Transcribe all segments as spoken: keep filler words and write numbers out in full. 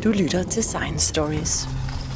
Du lytter til Science Stories.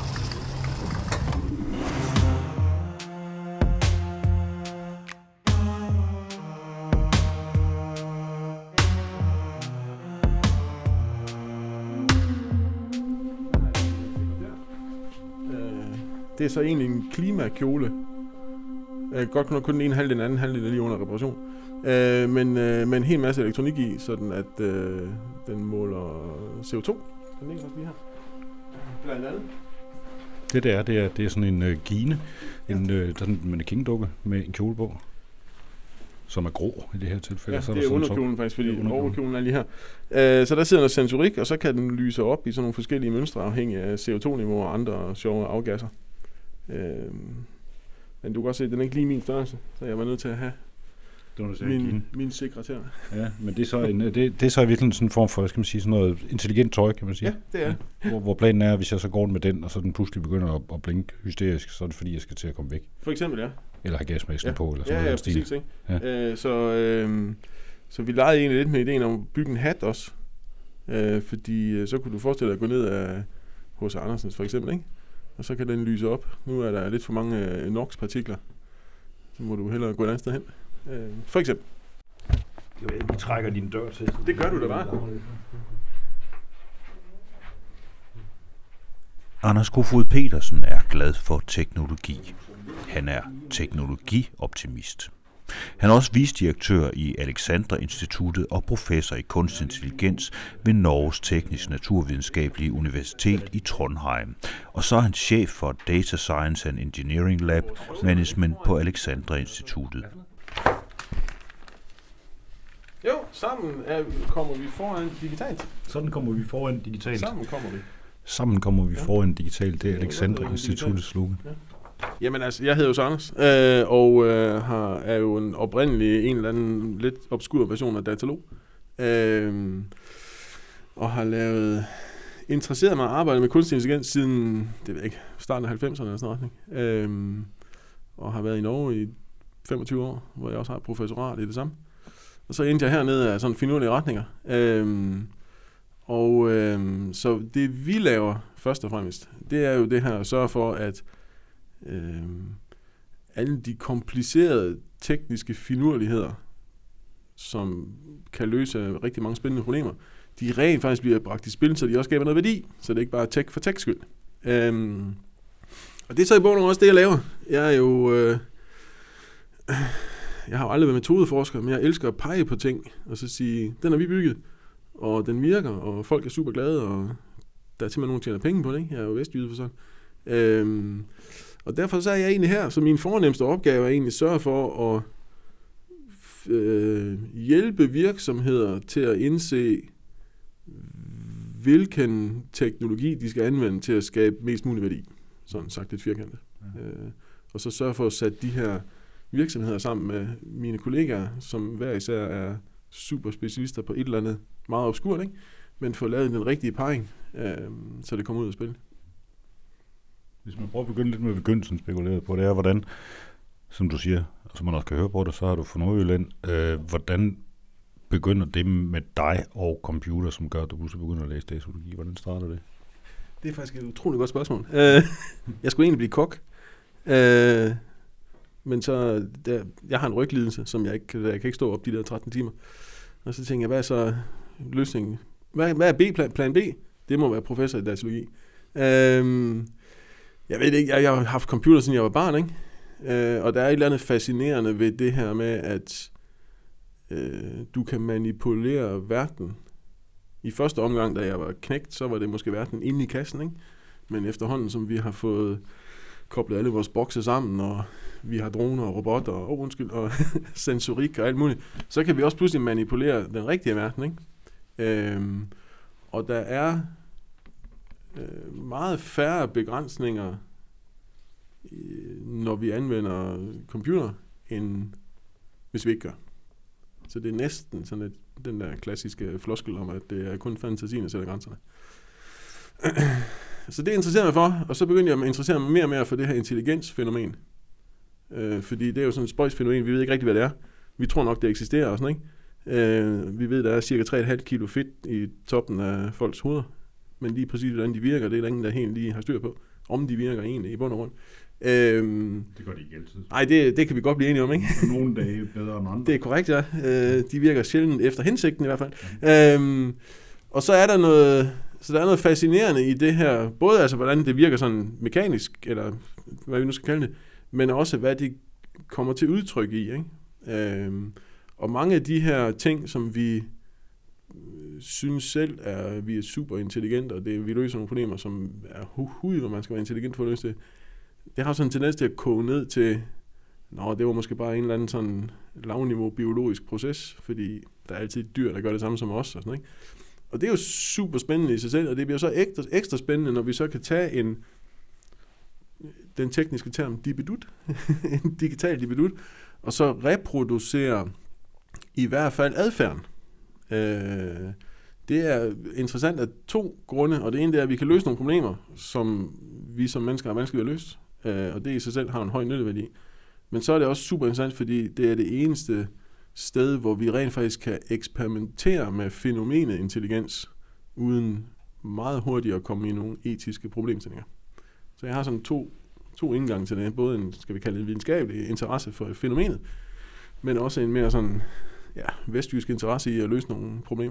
Det er så egentlig en klimakjole. Godt nok kun den ene halvdel, den anden halvdel er lige under reparation. Øh, men øh, med en hel masse elektronik i, sådan at øh, den måler C O to. Den ligger også lige her. Blandt andet. Det der, det er, det er sådan en øh, gine, en øh, sådan en mannequin-dukke med en kjole på, som er grå i det her tilfælde. Ja, så er det der er underkjolen faktisk, fordi underkjolen. overkjolen er lige her. Øh, så der sidder noget sensorik, og så kan den lyse op i sådan nogle forskellige mønstre, afhængig af C O to niveau og andre sjove afgasser. Øh, men du kan godt se, at den er ikke lige min størrelse, så jeg var nødt til at have min, min sekretær. Ja, men det er så en, det, det er så virkelig sådan en form for, hvad skal man sige, sådan noget intelligent tøj, kan man sige. Ja, det er. Ja, hvor, hvor planen er, hvis jeg så går med den, og så den pludselig begynder at, at blinke hysterisk, så er det fordi, jeg skal til at komme væk. For eksempel, ja. Eller have gasmasken ja. på, eller sådan ja, noget. Ja, stil. præcis, ikke? Ja. Øh, så, øh, så vi legede egentlig lidt med ideen om at bygge en hat også. Øh, fordi øh, så kunne du forestille dig at gå ned af H C Andersens for eksempel, ikke? Og så kan den lyse op. Nu er der lidt for mange øh, NOx-partikler. Så må du hellere gå et andet sted hen. Øh, for eksempel. Jo, vi trækker din dør til. Det gør du da bare. Anders Kofod Petersen er glad for teknologi. Han er teknologioptimist. Han er også vicedirektør i Alexandra Instituttet og professor i kunstig intelligens ved Norges Teknisk Naturvidenskabelige Universitet i Trondheim. Og så er han chef for Data Science and Engineering Lab Management på Alexandra Instituttet. Jo, sammen er, kommer vi foran digitalt. Sådan kommer vi foran digitalt. Sammen kommer vi. Sammen kommer vi ja. foran digitalt. Det er Alexandra Instituttets slogan. Ja. Jamen altså, jeg hedder jo Anders, øh, og øh, har, er jo en oprindelig en eller anden lidt obskur version af datalog. Øh, og har lavet, interesseret mig at arbejde med kunstig intelligens siden, det ved jeg ikke, starten af halvfemserne eller sådan noget. Øh, og har været i Norge i femogtyve år, hvor jeg også har et professorat i det samme. Og så endte jeg hernede af sådan finurlige retninger. Øh, og øh, så det vi laver først og fremmest, det er jo det her at sørge for, at øh, alle de komplicerede tekniske finurligheder, som kan løse rigtig mange spændende problemer, de rent faktisk bliver bragt i spil, så de også skaber noget værdi, så det er ikke bare tech for tech skyld. Øh, og det er så i bogen også det, jeg laver. Jeg er jo... Øh, jeg har jo aldrig været metodeforsker, men jeg elsker at pege på ting, og så sige, den har vi bygget, og den virker, og folk er super glade, og der er simpelthen nogen, der tjener penge på det, ikke? Jeg er jo vestjyde for sådan. Øhm, og derfor så er jeg egentlig her, så min fornemmeste opgave er egentlig at sørge for at øh, hjælpe virksomheder til at indse, hvilken teknologi de skal anvende til at skabe mest mulig værdi. Sådan sagt lidt firkantet. Ja. Øh, og så sørge for at sætte de her virksomheder sammen med mine kollegaer, som hver især er super specialister på et eller andet meget obskurt, ikke? Men få lavet den rigtige parring, øh, så det kommer ud af spil. Hvis man prøver at begynde lidt med begyndelsen spekuleret på, det er, hvordan, som du siger, og som man også kan høre på det, så har du fra Nordjylland, øh, hvordan begynder det med dig og computer, som gør, at du pludselig begynder at læse datalogi? Hvordan starter det? Det er faktisk et utroligt godt spørgsmål. Øh, jeg skulle egentlig blive kok, øh, men så, der, jeg har en ryglidelse, som jeg ikke, jeg kan ikke stå op de der tretten timer. Og så tænker jeg, hvad er så løsningen? Hvad, hvad er B-plan, plan B? Det må være professor i datalogi. Øh, Jeg ved ikke, jeg, jeg har haft computer, siden jeg var barn, ikke? Øh, og der er et eller andet fascinerende ved det her med, at øh, du kan manipulere verden. I første omgang, da jeg var knægt, så var det måske verden inde i kassen, ikke? Men efterhånden, som vi har fået koblet alle vores bokse sammen, og vi har droner og robotter og, oh, undskyld, og sensorik og alt muligt, så kan vi også pludselig manipulere den rigtige verden, ikke? Øh, og der er meget færre begrænsninger, når vi anvender computer, end hvis vi ikke gør. Så det er næsten sådan et, den der klassiske floskel om, at det er kun fantasien, der sætter grænserne. Så det interesserer mig for, og så begyndte jeg at interessere mig mere og mere for det her intelligensfænomen. Øh, fordi det er jo sådan et spøjsfænomen, vi ved ikke rigtig, hvad det er. Vi tror nok, det eksisterer og sådan, ikke? Øh, vi ved, der er cirka tre komma fem kilo fedt i toppen af folks hoveder. men lige præcis hvordan de virker, det er der ingen, der helt lige har styr på, om de virker egentlig i bund og grund. Øhm, det gør de ikke altid. Nej, det, det kan vi godt blive enige om, ikke? Nogle dage bedre end andre. Det er korrekt, ja. Øh, de virker sjældent efter hensigten i hvert fald. Ja. Øhm, og så er der noget, så der er noget fascinerende i det her, både altså hvordan det virker sådan mekanisk, eller hvad vi nu skal kalde det, men også hvad det kommer til udtryk i, ikke? Øhm, og mange af de her ting, som vi synes selv, er vi er super intelligente, og det, vi løser nogle problemer, som er hu-hu, hvor man skal være intelligent for at løse det. Det har sådan en tendens til at koge ned til, nå, det var måske bare en eller anden sådan lavniveau biologisk proces, fordi der er altid dyr, der gør det samme som os, og sådan, ikke? Og det er jo super spændende i sig selv, og det bliver så ekstra, ekstra spændende, når vi så kan tage en, den tekniske term, dibedut, en digital dibedut, og så reproducere i hvert fald adfærden. Øh, det er interessant af to grunde, og det ene det er, at vi kan løse nogle problemer, som vi som mennesker har vanskeligt at løse, øh, og det i sig selv har en høj nytteværdi. Men så er det også super interessant, fordi det er det eneste sted, hvor vi rent faktisk kan eksperimentere med fænomenet intelligens, uden meget hurtigt at komme i nogle etiske problemstillinger. Så jeg har sådan to, to indgange til det. Både en, skal vi kalde det, videnskabelig interesse for fænomenet, men også en mere sådan, ja, vestjysk interesse i at løse nogle problemer.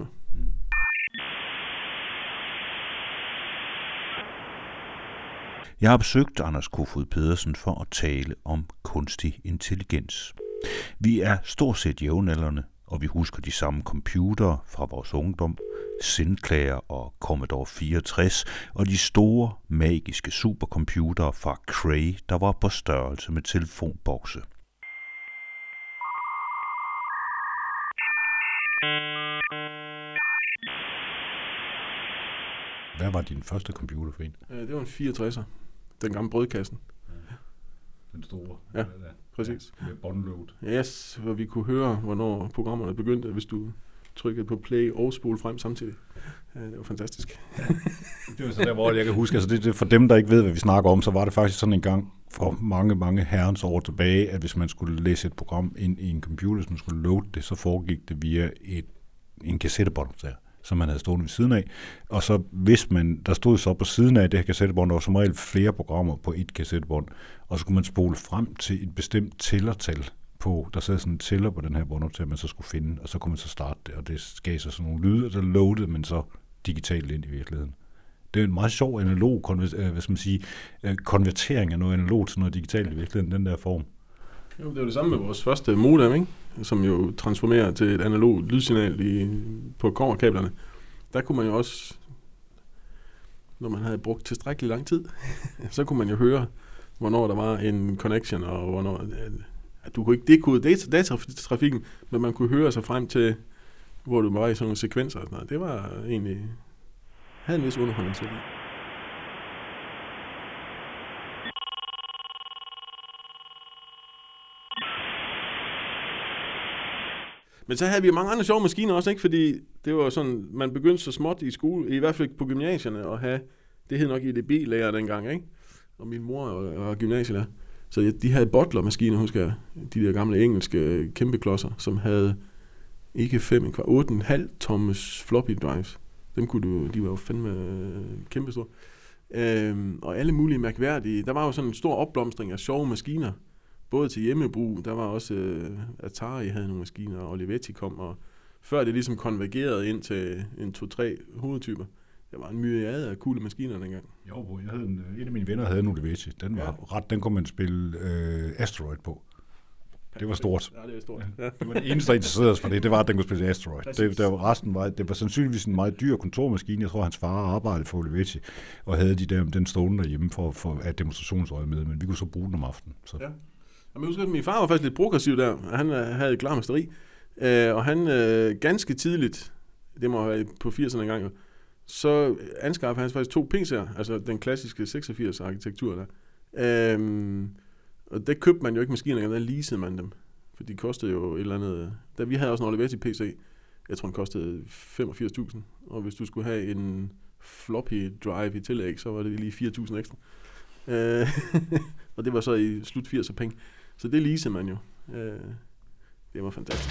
Jeg har besøgt Anders Kofoed Pedersen for at tale om kunstig intelligens. Vi er stort set jævnaldrende, og vi husker de samme computere fra vores ungdom, Sinclair og Commodore fireogtres, og de store, magiske supercomputere fra Cray, der var på størrelse med telefonbokse. Hvad var din første computer for en? Det var en fireogtresser. Den gamle brødkassen. Ja. Den store. Ja, præcis. Med båndload. Yes, hvor vi kunne høre, hvornår programmerne begyndte, hvis du trykkede på play og spole frem samtidig. Ja, det var fantastisk. Det var så der, hvor jeg kan huske, altså det, det, for dem, der ikke ved, hvad vi snakker om, så var det faktisk sådan en gang for mange, mange herrens år tilbage, at hvis man skulle læse et program ind i en computer, hvis man skulle load det, så foregik det via et, en kassettebånd, som man havde stående ved siden af. Og så hvis man, der stod så på siden af det her kassettebånd, der var som regel flere programmer på et kassettebånd, og så kunne man spole frem til et bestemt tællertal på, der sad sådan en tæller på den her båndoptager, man så skulle finde, og så kunne man så starte det, og det gav sig sådan nogle lyde, og så loadede man så digitalt ind i virkeligheden. Det er en meget sjov analog, konver- hvad skal man sige, konvertering af noget analogt til noget digitalt i virkeligheden, den der form. Jo, det var det samme med vores første modem, ikke? Som jo transformerer til et analogt lydsignal i, på kobberkablerne. Der kunne man jo også, når man havde brugt tilstrækkelig lang tid, så kunne man jo høre, hvornår der var en connection, og hvornår, at du kunne ikke dekode data, datatrafikken, men man kunne høre sig frem til, hvor du var i sådan nogle sekvenser og sådan noget. Det var egentlig, havde en vis underholdningsværdi. Men så havde vi mange andre sjove maskiner også, ikke? Fordi det var sådan, man begyndte så småt i skole, i hvert fald på gymnasierne, at have, det hed nok E D B-lærer dengang, ikke? Og min mor var gymnasielærer. Så de havde bottler-maskiner, husker jeg, de der gamle engelske kæmpeklodser, som havde ikke fem, en kvart, otte en halv tommes floppy drives. Dem kunne du, de var jo fandme kæmpestore. Øhm, og alle mulige mærkværdige. Der var jo sådan en stor opblomstring af sjove maskiner, både til hjemmebrug. Der var også uh, Atari havde nogle maskiner, og Olivetti kom, og før det ligesom konvergerede ind til en to-tre hovedtyper. Der var en myriade af coole maskiner dengang. Jo, jeg havde en, en af mine venner havde en Olivetti. Den var ja. ret, den kunne man spille øh, Asteroid på. Det var stort. Ja, det var stort. Ja. Det var det eneste, der interesserede os for det, det var, at den kunne spille Asteroid. Det, der var resten var, det var sandsynligvis en meget dyr kontormaskine. Jeg tror, hans far arbejdede for Olivetti, og havde de der, den stående derhjemme for, for at demonstrationsøje med, men vi kunne så bruge den om aftenen. Så. Ja. Jeg husker, at min far var faktisk lidt progressiv der. Han havde et klarmasteri, øh, og han øh, ganske tidligt, det må have været på firserne engang, så anskaffede han faktisk to P C'er, altså den klassiske seksogfirs-arkitektur der. Øhm, og det købte man jo ikke maskiner, der leasede man dem, for de kostede jo et eller andet. Da vi havde også en Olivetti P C, jeg tror den kostede femogfirs tusind, og hvis du skulle have en floppy drive i tillæg, så var det lige fire tusind ekstra. Øh, og det var så i slut firserne penge, så det leasede man jo. Øh, det var fantastisk.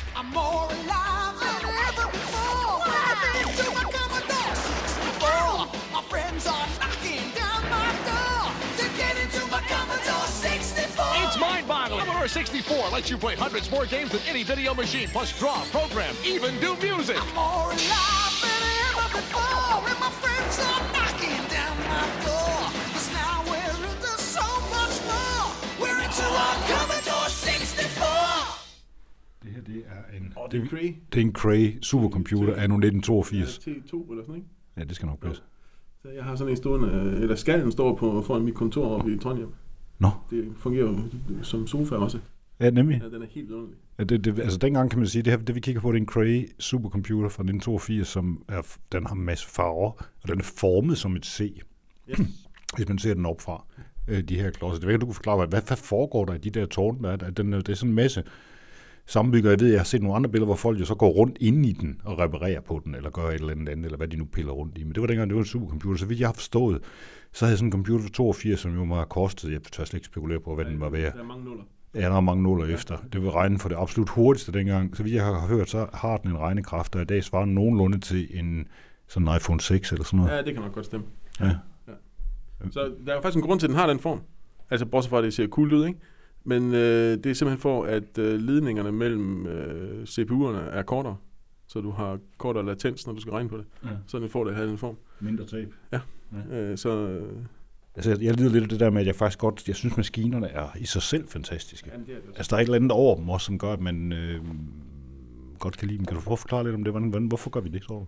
Commodore sixty-four lets you play hundreds more games than any video machine, plus draw, program, even do music. I'm more alive than ever before, and my friends are knocking down my door. 'Cause now we're into so much more. We're into our Commodore sixty-four. Det her, det er en... Og det er Cray. Det er en Cray supercomputer anno nitten toogfirs. T to eller sådan, ikke? Ja, det skal nok passe. Så jeg har sådan en stående, eller skallen står på foran mit kontor oppe i Trondheim. Nå. Det fungerer jo som sofa også. Ja, nemlig. Ja, den er helt vidunderlig. Ja, det, det, altså dengang kan man sige, det her, det vi kigger på, det er en Cray supercomputer fra nitten toogfirs, som er, den har en masse farver, og den er formet som et C. Yes. Hvis man ser den opfra, øh, de her klodser. Det ved jeg, du kunne forklare, hvad, hvad foregår der i de der tårne? Der, at den, det er sådan en masse sammenbygger. Jeg ved, jeg har set nogle andre billeder, hvor folk jo så går rundt inde i den og reparerer på den, eller gør et eller andet andet, eller hvad de nu piller rundt i. Men det var dengang, det var en supercomputer. Så vidt jeg har forstået, så havde jeg sådan en computer for toogfirs, som jo må have kostet, jeg tør slet ikke spekulere på, hvad ja, den var værd. Der er mange nuller. Ja, der er mange nuller ja. Efter. Det vil regne for det absolut hurtigste dengang. Så vidt jeg har hørt, så har den en regnekraft, der i dag svarer nogenlunde til en sådan en iPhone seks eller sådan noget. Ja, det kan nok godt stemme. Ja. Ja. Så der er jo faktisk en grund til, at den har den form. Altså, bortset fra, at det ser cool ud, ikke? Men øh, det er simpelthen for, at øh, ledningerne mellem øh, C P U'erne er kortere. Så du har kortere latens, når du skal regne på det. Ja. Så den får det have den form. Mindre tab. Ja. ja. Øh, så... Øh, Altså, jeg, jeg lider lidt af det der med, at jeg faktisk godt, jeg synes, maskinerne er i sig selv fantastiske. Jamen, det er det også. Altså, der er et eller andet over dem også, som gør, at man øh, godt kan lide dem. Kan du prøve at forklare lidt om det? Hvordan, hvordan, hvorfor gør vi det, tror du?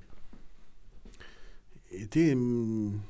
Det um...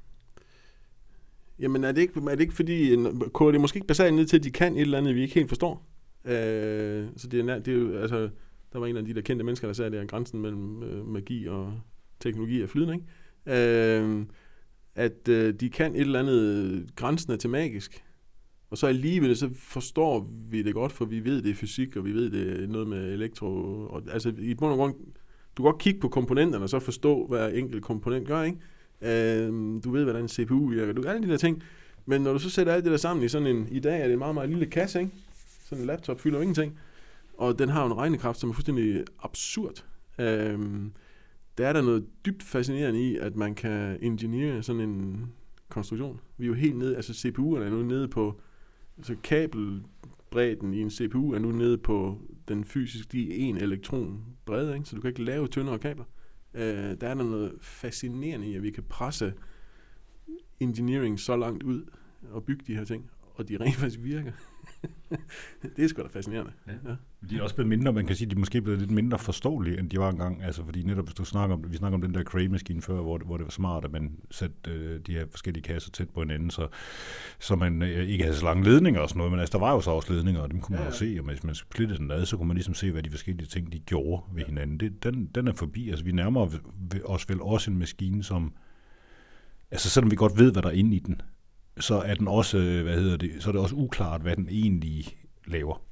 Jamen, er det ikke, er det ikke fordi, koger det måske ikke basalt ned til, at de kan et eller andet, vi ikke helt forstår? Øh, så det er, det er jo, altså, der var en af de der kendte mennesker, der sagde, at det er grænsen mellem øh, magi og teknologi er flydende, ikke? Øh, at øh, de kan et eller andet grænsende til magisk. Og så alligevel, så forstår vi det godt, for vi ved, det er fysik, og vi ved, det er noget med elektro. Og, altså, i bund og grund, du kan godt kigge på komponenterne, og så forstå, hvad enkelt komponent gør, ikke? Øh, du ved, hvordan en C P U virker. Du alle de der ting. Men når du så sætter alt det der sammen i sådan en... I dag er det en meget, meget lille kasse, ikke? Sådan en laptop fylder jo ingenting. Og den har jo en regnekraft, som er fuldstændig absurd. Øh, Der er der noget dybt fascinerende i, at man kan ingeniere sådan en konstruktion. Vi er jo helt nede, altså C P U'erne er nu nede på, altså kabelbredden i en C P U er nu nede på den fysiske, de en elektron brede, ikke? Så du kan ikke lave tyndere kabler. Uh, der er der noget fascinerende i, at vi kan presse engineering så langt ud og bygge de her ting, og de rent faktisk virker. Det er sgu da fascinerende. Ja. Ja. De er også blevet mindre, man kan sige, de er måske blevet lidt mindre forståelige, end de var engang. Altså, fordi netop, hvis du snakker om, vi snakker om den der Cray-maskine før, hvor det, hvor det var smart, at man satte øh, de her forskellige kasser tæt på hinanden, så, så man øh, ikke havde så lange ledninger og sådan noget, men altså, der var jo så også ledninger, og dem kunne man ja, ja. jo se, og hvis man splittede den ad, så kunne man ligesom se, hvad de forskellige ting, de gjorde ved hinanden. Det, den, den er forbi. Altså, vi nærmer os vel også en maskine, som, altså, selvom vi godt ved, hvad der er inde i den, så er den også, hvad hedder det, så er det også uklart, hvad den egentlig laver.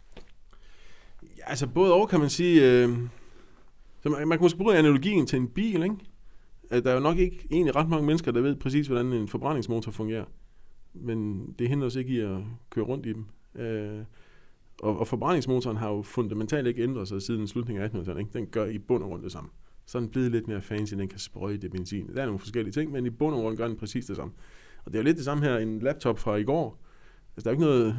Ja, altså både over kan man sige, øh, så man, man kan måske bruge analogien til en bil, ikke? At der er jo nok ikke egentlig ret mange mennesker, der ved præcis, hvordan en forbrændingsmotor fungerer. Men det hindrer os ikke i at køre rundt i dem. Øh, og, og forbrændingsmotoren har jo fundamentalt ikke ændret sig siden slutningen af attenhundredetallet, ikke? Den gør i bund og grund det samme. Så er den blevet lidt mere fancy, den kan sprøjte benzin. Der er nogle forskellige ting, men i bund og grund gør den præcis det samme. Og det er jo lidt det samme her, en laptop fra i går. Altså, der er ikke noget...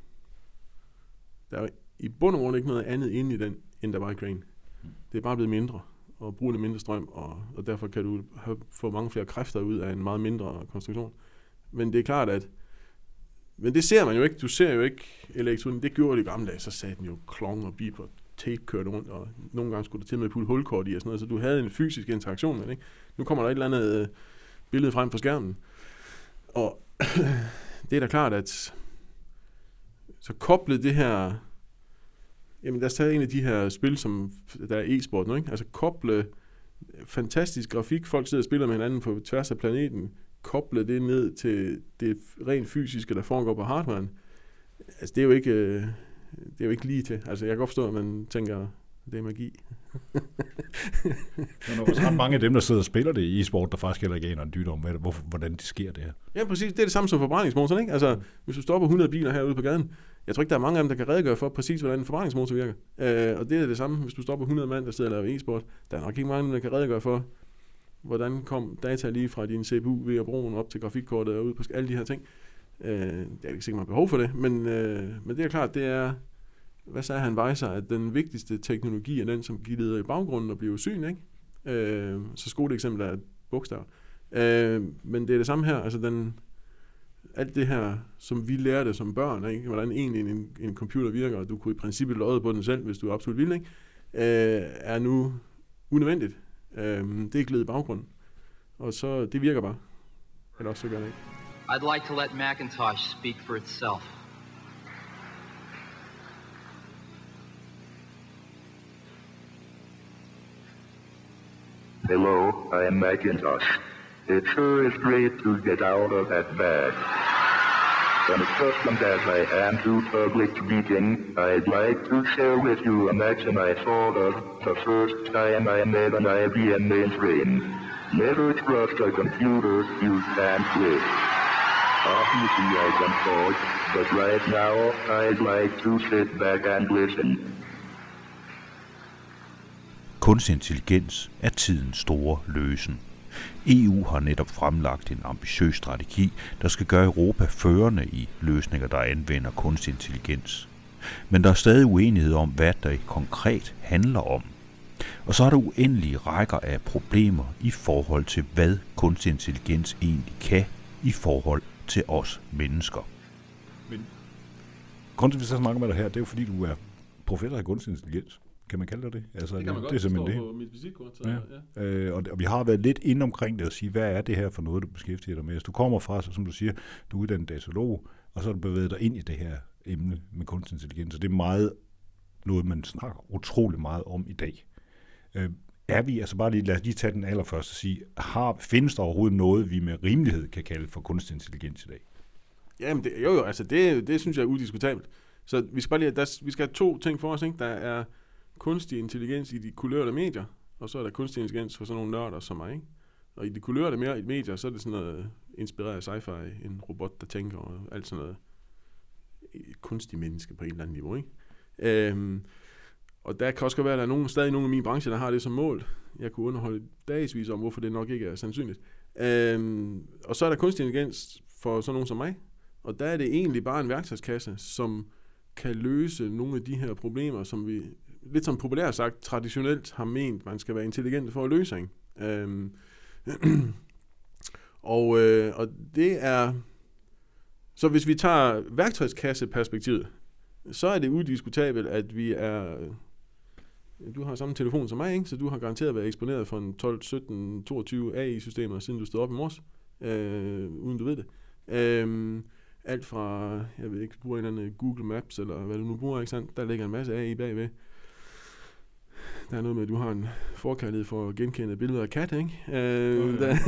Der er i bund og grund ikke noget andet inde i den, end der var i Crane. Det er bare blevet mindre, og bruger lidt mindre strøm, og, og derfor kan du have, få mange flere kræfter ud af en meget mindre konstruktion. Men det er klart, at... Men det ser man jo ikke. Du ser jo ikke elektronik. Det gjorde de gamle dage, så sagde den jo klong og bip og tape kørte rundt, og nogle gange skulle du til med at putte hulkort i og sådan noget, så du havde en fysisk interaktion med det, ikke? Nu kommer der et eller andet øh, billede frem på skærmen. Og det er da klart, at så koblet det her, jamen der er stadig en af de her spil, som der er e-sport nu, ikke? Altså koble fantastisk grafik, folk sidder og spiller med hinanden på tværs af planeten, koble det ned til det rent fysiske, der foregår på hardwaren. Altså det er jo ikke, det er jo ikke lige til. Altså jeg kan godt forstå, at man tænker, det er magi. Der er også ret mange af dem, der sidder og spiller det i e-sport, der faktisk heller ikke aner en dyt om, hvorfor, hvordan det sker det her. Ja, præcis. Det er det samme som forbrændingsmotoren, ikke? Altså, hvis du stopper hundrede biler herude på gaden, jeg tror ikke, der er mange af dem, der kan redegøre for præcis, hvordan en forbrændingsmotor virker. Øh, og det er det samme, hvis du stopper hundrede mand, der sidder og laver e-sport. Der er nok ikke mange af dem, der kan redegøre for, hvordan kom data lige fra din C P U via broen op til grafikkortet og ud på alle de her ting. Øh, det er ikke sikkert, man har behov for det, men, øh, men det er klart, det er hvad sagde han Weiser, at den vigtigste teknologi er den, som gider i baggrunden og bliver usynlig, ikke? Øh, så skoleeksempel er bogstaver. Øh, men det er det samme her, altså den, alt det her, som vi lærte som børn, ikke? Hvordan egentlig en, en computer virker, og du kunne i princippet lodde på den selv, hvis du er absolut vild, ikke? Øh, er nu unødvendigt. Øh, det er glædet i baggrunden. Og så, det virker bare. Eller også så gør det ikke. I'd like to let Macintosh speak for itself. Hello, I am Macintosh. It sure is great to get out of that bag. Unaccustomed as I am to public speaking, I'd like to share with you a maxim I thought of the first time I made an I B M mainframe. Never trust a computer you can't with. Obviously I can talk, but right now I'd like to sit back and listen. Kunstig intelligens er tidens store løsen. E U har netop fremlagt en ambitiøs strategi, der skal gøre Europa førende i løsninger, der anvender kunstig intelligens. Men der er stadig uenighed om, hvad det konkret handler om. Og så er der uendelige rækker af problemer i forhold til, hvad kunstig intelligens egentlig kan i forhold til os mennesker. Men grunden til, at vi så snakker med dig her, det er jo fordi, du er professor i kunstig intelligens. Kan man kalde det det? Altså, det kan man det, godt, det er det det på mit visitkort. Så, ja. Ja. Øh, og, og vi har været lidt inde omkring det og sige, hvad er det her for noget, du beskæftiger dig med? Altså, du kommer fra, så, som du siger, du er uddannet datalog, og så har du bevæget dig ind i det her emne med kunstig intelligens. Så det er meget noget, man snakker utrolig meget om i dag. Øh, er vi, altså bare lige, lad os lige tage den allerførste og sige, har, findes der overhovedet noget, vi med rimelighed kan kalde for kunstig intelligens i dag? Jamen, det, jo jo, altså det, det synes jeg er udiskutabelt. Så vi skal bare lige, der, vi skal have to ting for os, ikke? Der er kunstig intelligens i de kulørte medier, og så er der kunstig intelligens for sådan nogle nørder som mig, ikke? Og i de kulørte medier, så er det sådan noget inspireret af sci-fi, en robot, der tænker, og alt sådan noget et kunstig menneske på en eller anden niveau, ikke? Øhm, og der kan også være, at der er nogen, stadig nogle af mine brancher, der har det som mål. Jeg kunne underholde dagsvis om, hvorfor det nok ikke er sandsynligt. Øhm, og så er der kunstig intelligens for sådan nogen som mig, og der er det egentlig bare en værktøjskasse, som kan løse nogle af de her problemer, som vi, lidt som populært sagt, traditionelt har ment, man skal være intelligent for at løse, ikke? Øhm, og, øh, og det er... Så hvis vi tager værktøjskasseperspektivet, så er det udiskutabelt, at vi er... Du har samme telefon som mig, ikke? Så du har garanteret været eksponeret for en tolv, sytten, toogtyve A I-systemer, siden du stod op i morges, øh, uden du ved det. Øh, alt fra, jeg ved ikke, du bruger en eller anden Google Maps, eller hvad du nu bruger, ikke sandt? Der ligger en masse A I bagved. Der er noget med, at du har en forkærlighed for at genkende billeder af kat, ikke? Øh, oh, ja. der,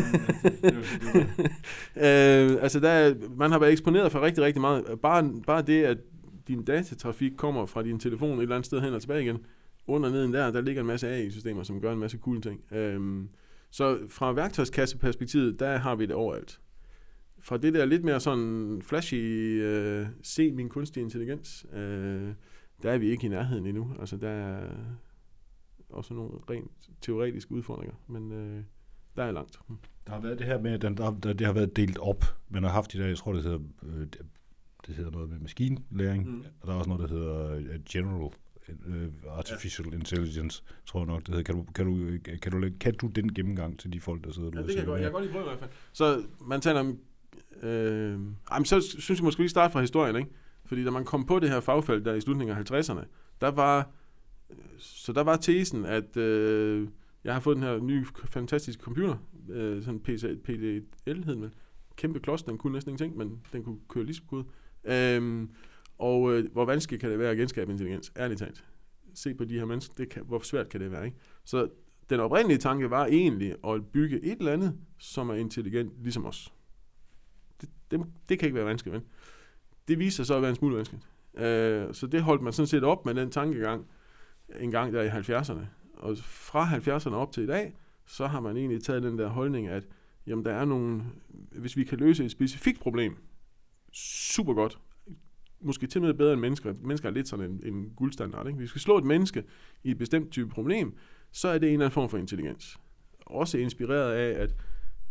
øh, altså, der, man har været eksponeret for rigtig, rigtig meget. Bare, bare det, at din datatrafik kommer fra din telefon et eller andet sted hen og tilbage igen, under neden der, der ligger en masse A I-systemer, som gør en masse cool ting. Øh, så fra værktøjskasseperspektivet, der har vi det overalt. Fra det der lidt mere sådan flashy, øh, se min kunstige intelligens, øh, der er vi ikke i nærheden endnu. Altså, der er også nogle rent teoretiske udfordringer, men øh, der er langt. Der har været det her med, at den, der, der, det har været delt op. Man har haft de der, jeg tror, det hedder, øh, det hedder noget med maskinlæring, mm. og der er også noget, der hedder uh, general uh, artificial ja. intelligence, tror jeg nok, det hedder. Kan du, kan, du, kan, du, kan du den gennemgang til de folk, der sidder ja, der? Det kan jeg godt, jeg kan godt lige prøve i hvert fald. Så man taler om, øh, jamen, så synes jeg måske lige starte fra historien, ikke? Fordi da man kom på det her fagfelt der i slutningen af halvtredserne, der var Så der var tesen, at øh, jeg har fået den her nye fantastiske computer, øh, sådan en P D L hed den, kæmpe klods, den kunne næsten ingenting, men den kunne køre Lisp-kode. Øhm, og øh, hvor vanskeligt kan det være at genskabe intelligens? Ærligt talt. Se på de her mennesker, det kan, hvor svært kan det være, ikke? Så den oprindelige tanke var egentlig at bygge et eller andet, som er intelligent, ligesom os. Det, det, det kan ikke være vanskeligt, men det viser sig så at være en smule vanskeligt. Øh, så det holdt man sådan set op med den tankegang, en gang der i halvfjerdserne. Og fra halvfjerdserne op til i dag, så har man egentlig taget den der holdning, at jamen, der er nogle, hvis vi kan løse et specifikt problem, super godt, måske til og med bedre end mennesker. Mennesker er lidt sådan en, en guldstandard, ikke? Hvis vi slår et menneske i et bestemt type problem, så er det en eller anden form for intelligens. Også inspireret af, at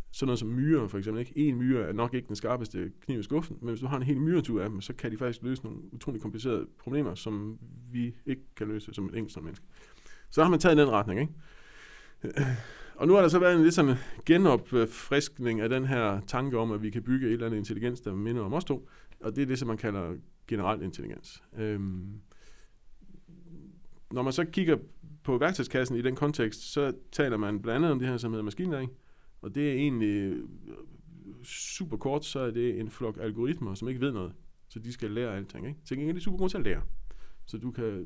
sådan noget som myrer for eksempel, ikke? En myre er nok ikke den skarpeste kniv i skuffen, men hvis du har en hel myretur af dem, så kan de faktisk løse nogle utroligt komplicerede problemer, som vi ikke kan løse som et enkelt menneske. Så har man taget den retning, ikke? Og nu har der så været en lidt sådan genopfriskning af den her tanke om, at vi kan bygge et eller andet intelligens, der minder om os to, og det er det, som man kalder generel intelligens. Øhm, når man så kigger på værktøjskassen i den kontekst, så taler man blandt andet om det her, som hedder maskinlæring, og det er egentlig super kort, så er det en flok algoritmer, som ikke ved noget, så de skal lære alting, ikke? Så er de super gode til at lære, så du kan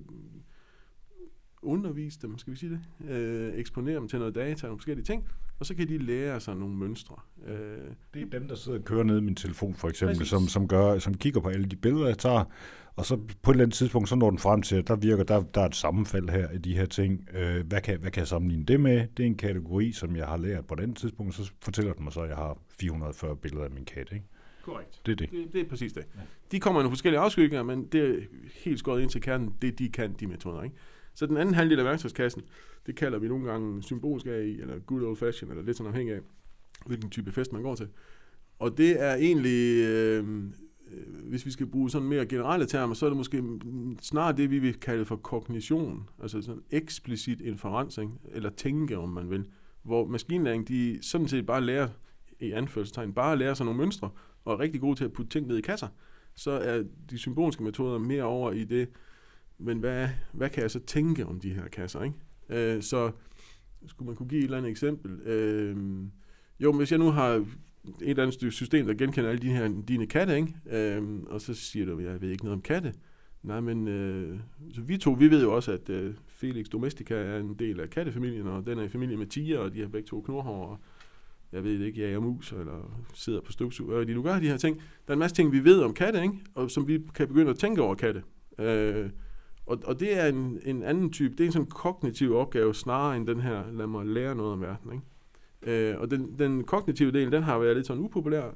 undervise dem, skal vi sige det, øh, eksponere dem til noget data, nogle forskellige ting, og så kan de lære sig nogle mønstre. Øh, det er dem, der sidder og kører ned i min telefon, for eksempel, som, som, gør, som kigger på alle de billeder, jeg tager, og så på et eller andet tidspunkt, så når den frem til, at der virker, der, der er et sammenfald her i de her ting. Øh, hvad, kan, hvad kan jeg sammenligne det med? Det er en kategori, som jeg har lært på den tidspunkt, så fortæller den mig så, at jeg har fire hundrede og fyrre billeder af min kat, ikke? Korrekt. Det er det. Det, det er præcis det. Ja. De kommer i nogle forskellige afskygninger, men det er helt skåret ind til kernen, det de kan, de metoder, ikke? Så den anden halvdel af værktøjskassen, det kalder vi nogle gange symbolsk A I, eller good old fashion, eller lidt sådan afhængig af, hvilken type fest man går til. Og det er egentlig, øh, hvis vi skal bruge sådan mere generelle termer, så er det måske snarere det, vi vil kalde for kognition, altså sådan eksplicit inferens, ikke? Eller tænke, om man vil. Hvor maskinlæring, de sådan set bare lærer, i anførselstegn, bare lærer sig nogle mønstre, og er rigtig gode til at putte ting ned i kasser. Så er de symbolske metoder mere over i det, men hvad, hvad kan jeg så tænke om de her kasser, ikke? Øh, så skulle man kunne give et eller andet eksempel. Øh, jo, men hvis jeg nu har et eller andet system, der genkender alle de her, dine katte, ikke? Øh, og så siger du, jeg ved ikke noget om katte. Nej, men øh, så vi to, vi ved jo også, at øh, Felix Domestica er en del af kattefamilien, og den er i familie med tiger, og de har begge to knurhår, og jeg ved ikke, jager mus, eller sidder på støvsuger, og de nu gør de her ting. Der er en masse ting, vi ved om katte, ikke? Og som vi kan begynde at tænke over katte. Øh, Og, og det er en, en anden type, det er en sådan kognitiv opgave, snarere end den her, lad mig lære noget om verden, ikke? Øh, og den, den kognitive del, den har været lidt sådan upopulær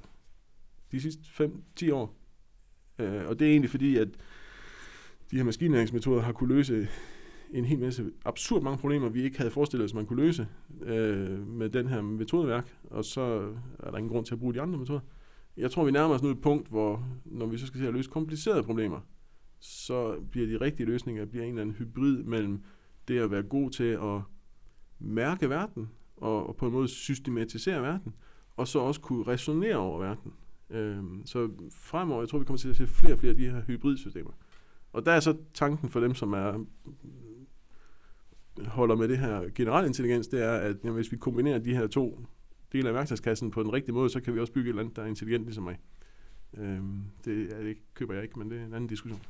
de sidste fem til ti år. Øh, og det er egentlig fordi, at de her maskinlæringsmetoder har kunne løse en hel masse absurd mange problemer, vi ikke havde forestillet os, man kunne løse øh, med den her metodeværk, og så er der ingen grund til at bruge de andre metoder. Jeg tror, vi nærmer os nu et punkt, hvor når vi så skal til at løse komplicerede problemer, så bliver de rigtige løsninger bliver en eller anden hybrid mellem det at være god til at mærke verden, og, og på en måde systematisere verden, og så også kunne resonere over verden. Øhm, så fremover, jeg tror, vi kommer til at se flere og flere af de her hybridsystemer. Og der er så tanken for dem, som er holder med det her generel intelligens, det er, at jamen, hvis vi kombinerer de her to dele af værktøjskassen på den rigtige måde, så kan vi også bygge et eller andet, der er intelligent ligesom mig. Øhm, det, ja, det køber jeg ikke, men det er en anden diskussion.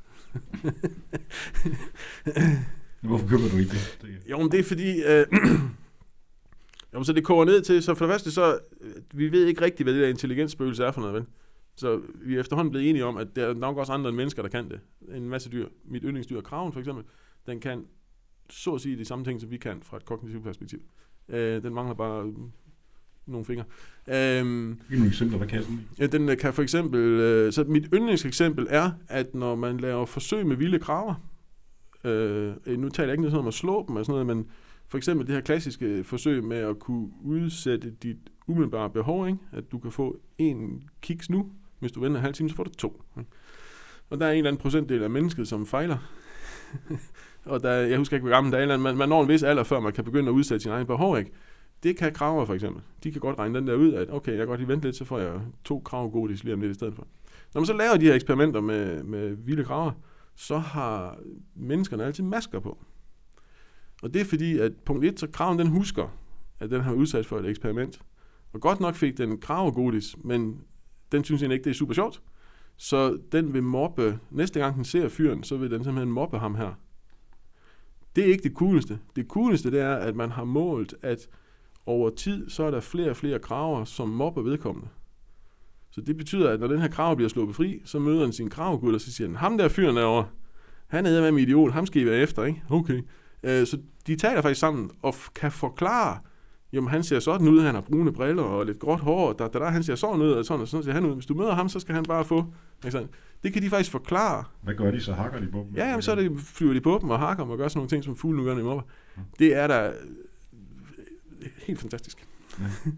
Hvorfor køber du ikke det? Jo, men det er fordi, øh, jo, så det koger ned til, så for det første, så vi ved ikke rigtigt, hvad det der intelligensspøgelse er for noget, vel? Så vi er efterhånden blevet enige om, at der er nok også andre end mennesker, der kan det. En masse dyr. Mit yndlingsdyr, kraven for eksempel, den kan så at sige de samme ting, som vi kan fra et kognitivt perspektiv. Øh, den mangler bare nogle fingre. Øhm, Nogle eksempler, hvad kan den? Ja, den kan for eksempel, øh, så mit yndlingseksempel er, at når man laver forsøg med vilde kraver, øh, nu taler jeg ikke noget om at slå dem og sådan noget, men for eksempel det her klassiske forsøg med at kunne udsætte dit umiddelbare behov, ikke? At du kan få en kiks nu, hvis du venter en halv time, så får du to. Og der er en eller anden procentdel af mennesket, som fejler. Og der, jeg husker ikke, hvor gammel der er, eller man, man når en vis alder, før man kan begynde at udsætte sin egen behov, ikke? Det kan kraver for eksempel. De kan godt regne den der ud, at okay, jeg kan godt lige vente lidt, så får jeg to kravgodis lige om lidt i stedet for. Når man så laver de her eksperimenter med, med vilde kraver, så har menneskerne altid masker på. Og det er fordi, at punkt et, så kraven den husker, at den har været udsat for et eksperiment. Og godt nok fik den kravgodis, men den synes egentlig ikke, det er super sjovt. Så den vil mobbe, næste gang den ser fyren, så vil den simpelthen mobbe ham her. Det er ikke det cooleste. Det cooleste, det er, at man har målt, at over tid, så er der flere og flere kraver, som mobber vedkommende. Så det betyder, at når den her krave bliver sluppet fri, så møder han sin kravegud, og så siger han, ham der fyren derovre, han er med med idiot, ham skal I være efter, ikke? Okay. Øh, så de taler faktisk sammen, og f- kan forklare, jamen han ser sådan ud, han har brune briller og lidt gråt hår, og der, der, der, han ser sådan ud, og sådan og sådan ser han ud. Hvis du møder ham, så skal han bare få. Ikke? Det kan de faktisk forklare. Hvad gør de, så hakker de på dem? Ja, jamen, så det, flyver de på dem og hakker dem og gør sådan nogle ting, som fugle nu gør, når de mobber. Det er da helt fantastisk. Ja.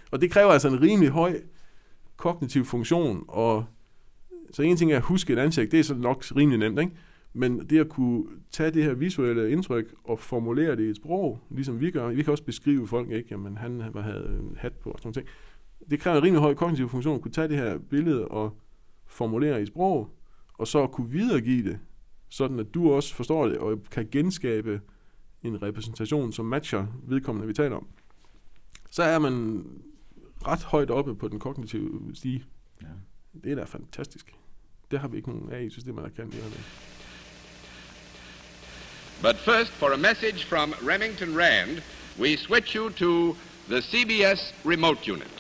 Og det kræver altså en rimelig høj kognitiv funktion, og så en ting er at huske et ansigt, det er så nok rimelig nemt, ikke? Men det at kunne tage det her visuelle indtryk og formulere det i et sprog, ligesom vi gør, vi kan også beskrive folk, ikke? Jamen, han havde en hat på og sådan noget. Det kræver en rimelig høj kognitiv funktion at kunne tage det her billede og formulere i et sprog, og så kunne videregive det, sådan at du også forstår det, og kan genskabe en repræsentation, som matcher vedkommende, vi taler om. Så er man ret højt oppe på den kognitive stige. Ja. Det er da fantastisk. Det har vi ikke nogen A I-systemer, der kan det her. But first, for a message from Remington Rand, we switch you to the C B S remote unit.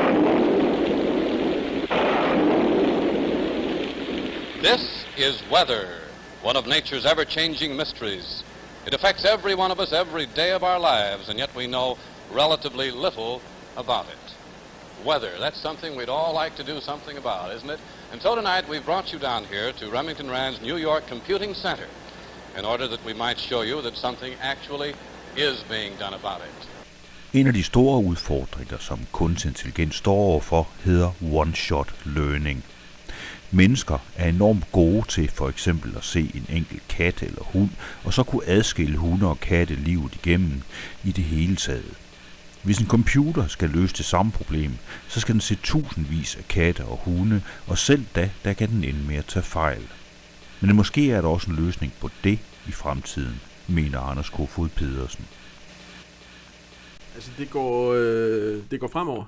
This is weather, one of nature's ever-changing mysteries. It affects every one of us every day of our lives, and yet we know relatively little about it. Weather, that's something we'd all like to do something about, isn't it? And so tonight we've brought you down here to Remington Rand's New York Computing Center in order that we might show you that something actually is being done about it. En af de store udfordringer, som kunstig intelligens står overfor, hedder one-shot learning. Mennesker er enormt gode til for eksempel at se en enkelt kat eller hund, og så kunne adskille hunde og katte livet igennem i det hele taget. Hvis en computer skal løse det samme problem, så skal den se tusindvis af katte og hunde, og selv da, der kan den ende med at tage fejl. Men måske er der også en løsning på det i fremtiden, mener Anders Kofod Pedersen. Altså det går, øh, det går fremover.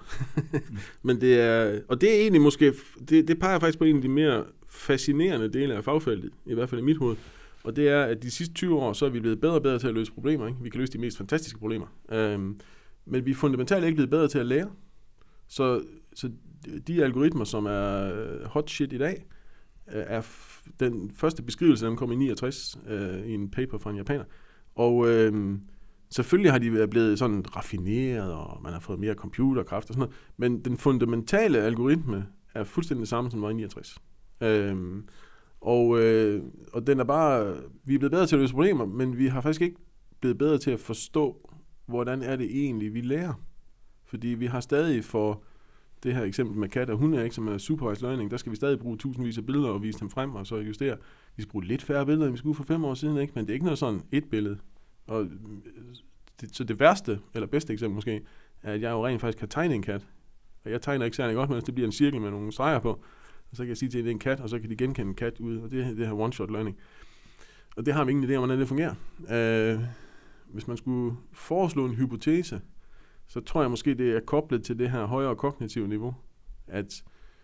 Men det er, og det er egentlig måske, det, det peger faktisk på en af de mere fascinerende dele af fagfeltet, i hvert fald i mit hoved. Og det er, at de sidste tyve år, så er vi blevet bedre og bedre til at løse problemer. Ikke? Vi kan løse de mest fantastiske problemer. Øhm, men vi er fundamentalt ikke blevet bedre til at lære. Så, så de algoritmer, som er hot shit i dag, er f- den første beskrivelse, den kom i niogtres øh, i en paper fra en japaner. Og øh, selvfølgelig har de været blevet sådan raffineret, og man har fået mere computerkraft og sådan noget, men den fundamentale algoritme er fuldstændig det samme, som var i niogtres. Øhm, og, øh, og den er bare, vi er blevet bedre til at løse problemer, men vi har faktisk ikke blevet bedre til at forstå, hvordan er det egentlig, vi lærer. Fordi vi har stadig for det her eksempel med katter og hunde, ikke, som er supervised learning, der skal vi stadig bruge tusindvis af billeder og vise dem frem, og så justere. Vi skal bruge lidt færre billeder, end vi skulle for fem år siden, ikke? Men det er ikke noget sådan et billede. Og det, så det værste, eller bedste eksempel måske, er, at jeg jo rent faktisk kan tegne en kat. Og jeg tegner ikke særlig godt, men det bliver en cirkel med nogle streger på. Og så kan jeg sige til, at det er en kat, og så kan de genkende en kat ud. Og det er det her one-shot learning. Og det har vi ingen idé om, hvordan det fungerer. Øh, hvis man skulle foreslå en hypotese, så tror jeg måske, det er koblet til det her højere kognitive niveau. At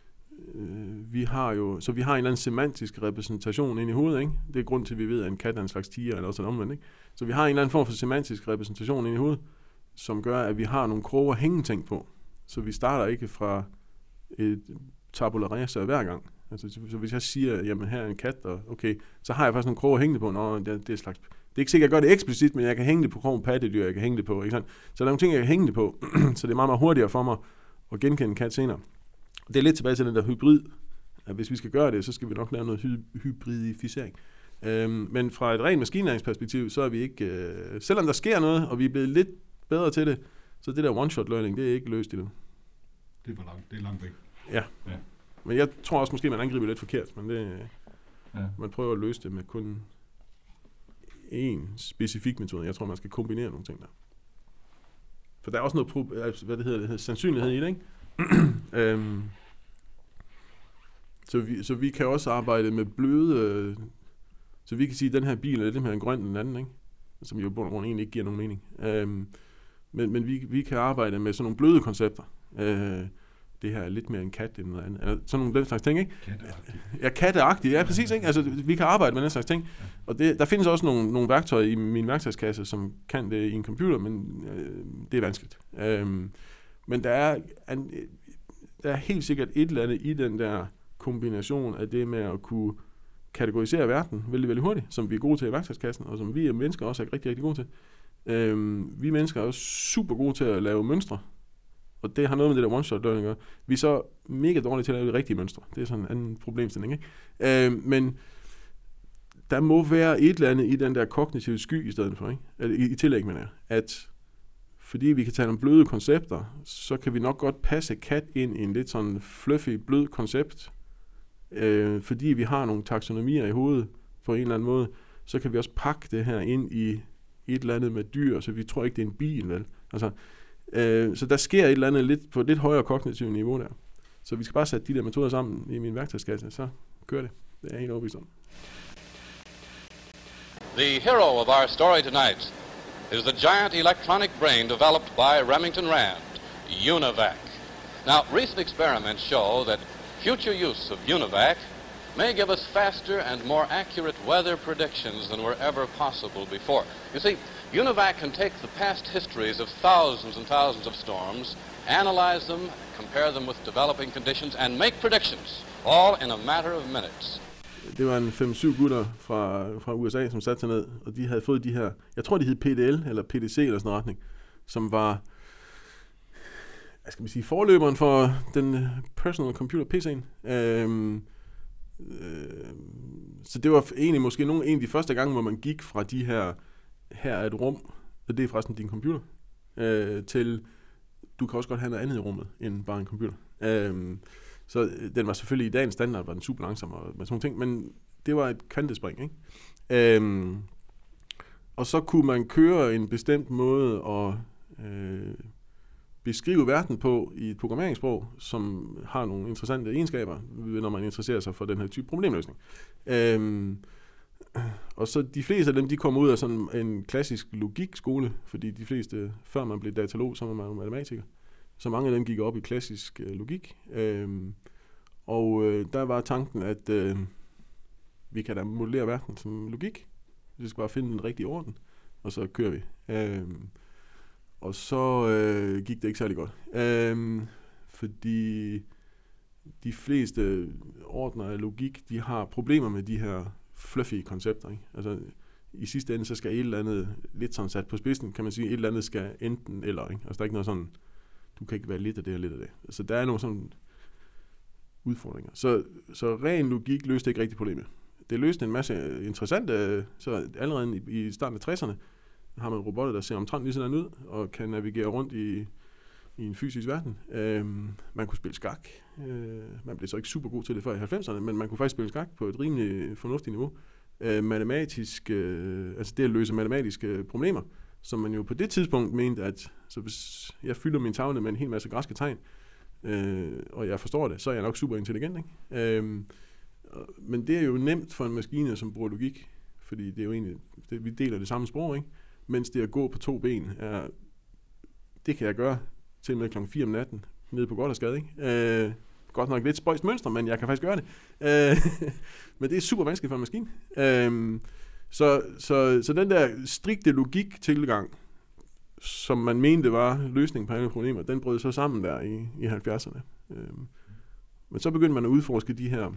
øh, vi har jo, så vi har en eller anden semantisk repræsentation inde i hovedet, ikke? Det er grund til, at vi ved, at en kat er en slags tiger, eller også en omvendt, ikke? Så vi har en eller anden form for semantisk repræsentation inde i hovedet, som gør, at vi har nogle kroge at hænge ting på. Så vi starter ikke fra et tabula rasa hver gang. Altså, så, så hvis jeg siger, jamen her er en kat, og okay, så har jeg faktisk nogle kroge at hænge det på. Nå, det, det er slags. Det er ikke sikkert, at jeg gør det eksplicit, men jeg kan hænge det på krogen pattedyr, jeg kan hænge det på, ikke sandt? Så der er nogle ting, jeg kan hænge det på, så det er meget, meget hurtigere for mig at genkende en kat senere. Det er lidt tilbage til den der hybrid, at hvis vi skal gøre det, så skal vi nok lave noget hy- hybridificering. Øhm, men fra et rent maskinlæringsperspektiv, så er vi ikke, øh, selvom der sker noget, og vi er blevet lidt bedre til det, så det der one-shot learning, det er ikke løst endnu. Det er for langt, det er langt væk. Ja. ja. Men jeg tror også måske, man angriber lidt forkert, men det, ja. Man prøver at løse det med kun en specifik metode. Jeg tror, man skal kombinere nogle ting der. For der er også noget, pro- hvad det hedder, det hedder sandsynlighed i det, ikke? øhm, så, vi, så vi kan også arbejde med bløde, øh, så vi kan sige, at den her bil er lidt mere en grøn end den anden, ikke? Som jo på grund egentlig ikke giver nogen mening. Øhm, men men vi, vi kan arbejde med sådan nogle bløde koncepter. Øh, det her er lidt mere en kat end noget andet. Eller sådan nogle den slags ting, ikke? Katteagtigt. Ja, katteagtigt, ja, præcis, ikke? Altså, vi kan arbejde med den slags ting. Ja. Og det, der findes også nogle, nogle værktøjer i min værktøjskasse, som kan det i en computer, men øh, det er vanskeligt. Øhm, men der er, en, der er helt sikkert et eller andet i den der kombination af det med at kunne kategorisere verden vældig, vældig hurtigt, som vi er gode til i værktøjskassen, og som vi mennesker også er rigtig, rigtig gode til. Øhm, vi mennesker er også super gode til at lave mønstre, og det har noget med det der one-shot learning at gøre. Vi er så mega dårlige til at lave de rigtige mønstre. Det er sådan en anden problemstilling, ikke? Øhm, men der må være et eller andet i den der kognitive sky i stedet for, ikke? I, i tillæg, mener jeg, at fordi vi kan tale om bløde koncepter, så kan vi nok godt passe kat ind i en lidt sådan fluffy, blød koncept. Øh, fordi vi har nogle taksonomier i hovedet på en eller anden måde, så kan vi også pakke det her ind i et eller andet med dyr, så vi tror ikke, det er en bil, vel? Altså, øh, så der sker et eller andet lidt på et lidt højere kognitivt niveau der. Så vi skal bare sætte de der metoder sammen i min værktøjskasse, så kører det. Det er jeg helt overbevist om. The hero of our story tonight is the giant electronic brain developed by Remington Rand, UNIVAC. Now, recent experiments show that future use of UNIVAC may give us faster and more accurate weather predictions than were ever possible before. You see, UNIVAC can take the past histories of thousands and thousands of storms, analyze them, compare them with developing conditions, and make predictions, all in a matter of minutes. Det var en fem syv gutter fra, fra U S A, som satte sig ned, og de havde fået de her, jeg tror de hed P D L, eller P D C, eller sådan en retning, som var, hvad skal man sige, forløberen for den personal computer P C'en. Øhm, øh, så det var egentlig måske nogle, en af de første gange, hvor man gik fra de her, her er et rum, og det er forresten din computer, øh, til du kan også godt have noget andet i rummet, end bare en computer. Øhm, Så den var selvfølgelig i dagens standard, var den super langsom og med sådan nogle ting, men det var et kvantespring, ikke? Øhm, og så kunne man køre en bestemt måde at øh, beskrive verden på i et programmeringssprog, som har nogle interessante egenskaber, når man interesserer sig for den her type problemløsning. Øhm, og så de fleste af dem, de kommer ud af sådan en klassisk logikskole, fordi de fleste, før man blev datalog, så var man jo matematiker. Så mange af dem gik op i klassisk øh, logik. Øhm, og øh, der var tanken, at øh, vi kan da modellere verden som logik. Vi skal bare finde den rigtige orden, og så kører vi. Øhm, og så øh, gik det ikke særlig godt. Øhm, fordi de fleste ordner af logik, de har problemer med de her fluffy koncepter. Ikke? Altså, i sidste ende, så skal et eller andet, lidt sådan sat på spidsen, kan man sige, et eller andet skal enten eller. Ikke? Altså, der er ikke noget sådan, du kan ikke være lidt af det og lidt af det. Så der er nogle sådan udfordringer. Så, så ren logik løste ikke rigtig problemet. Det løste en masse interessante, så allerede i, i starten af tresserne har man robotter, der ser omtrent lige sådan ud, og kan navigere rundt i, i en fysisk verden. Øhm, man kunne spille skak. Øh, man blev så ikke super god til det før i halvfemserne, men man kunne faktisk spille skak på et rimelig fornuftigt niveau. Øh, matematisk, øh, altså det at løse matematiske problemer, som man jo på det tidspunkt mente, at så hvis jeg fylder min tavle med en hel masse græske tegn, øh, og jeg forstår det, så er jeg nok super intelligent, ikke? Øh, men det er jo nemt for en maskine, som bruger logik, fordi det er jo egentlig, det, vi deler det samme sprog, ikke? Mens det at gå på to ben, er, det kan jeg gøre til med klokken fire om natten, nede på Gothersgade, ikke? Øh, godt nok lidt spøjst mønster, men jeg kan faktisk gøre det. Øh, men det er super vanskeligt for en maskine. Øh, Så, så, så den der strikte logik-tilgang, som man mente var løsningen på alle problemer, den brød så sammen der i, i halvfjerdserne. Øhm, men så begyndte man at udforske de her,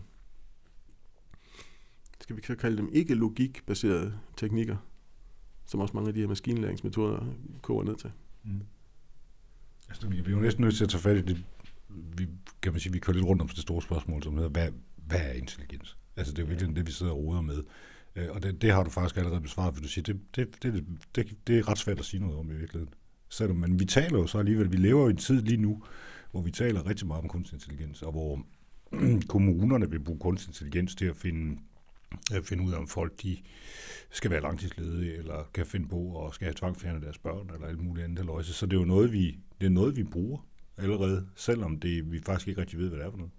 skal vi så kalde dem ikke-logik-baserede teknikker, som også mange af de her maskinlæringsmetoder koger ned til. Mm. Altså, vi bliver jo næsten nødt til at tage fat i det, vi, kan man sige, vi kører lidt rundt om det store spørgsmål, som hedder, hvad, hvad er intelligens? Altså, det er jo virkelig det, vi sidder og roder med. Og det, det har du faktisk allerede besvaret, for du siger, det, det, det, det, det er ret svært at sige noget om i virkeligheden. Selvom, men vi taler jo så alligevel, vi lever jo i en tid lige nu, hvor vi taler rigtig meget om kunstig intelligens, og hvor kommunerne vil bruge kunstig intelligens til at finde, at finde ud af, om folk de skal være langtidsledige, eller kan finde på og skal have tvangfjerne deres børn, eller alt muligt andet løjse. Så det er jo noget, vi, det er noget, vi bruger allerede, selvom det, vi faktisk ikke rigtig ved, hvad det er for noget.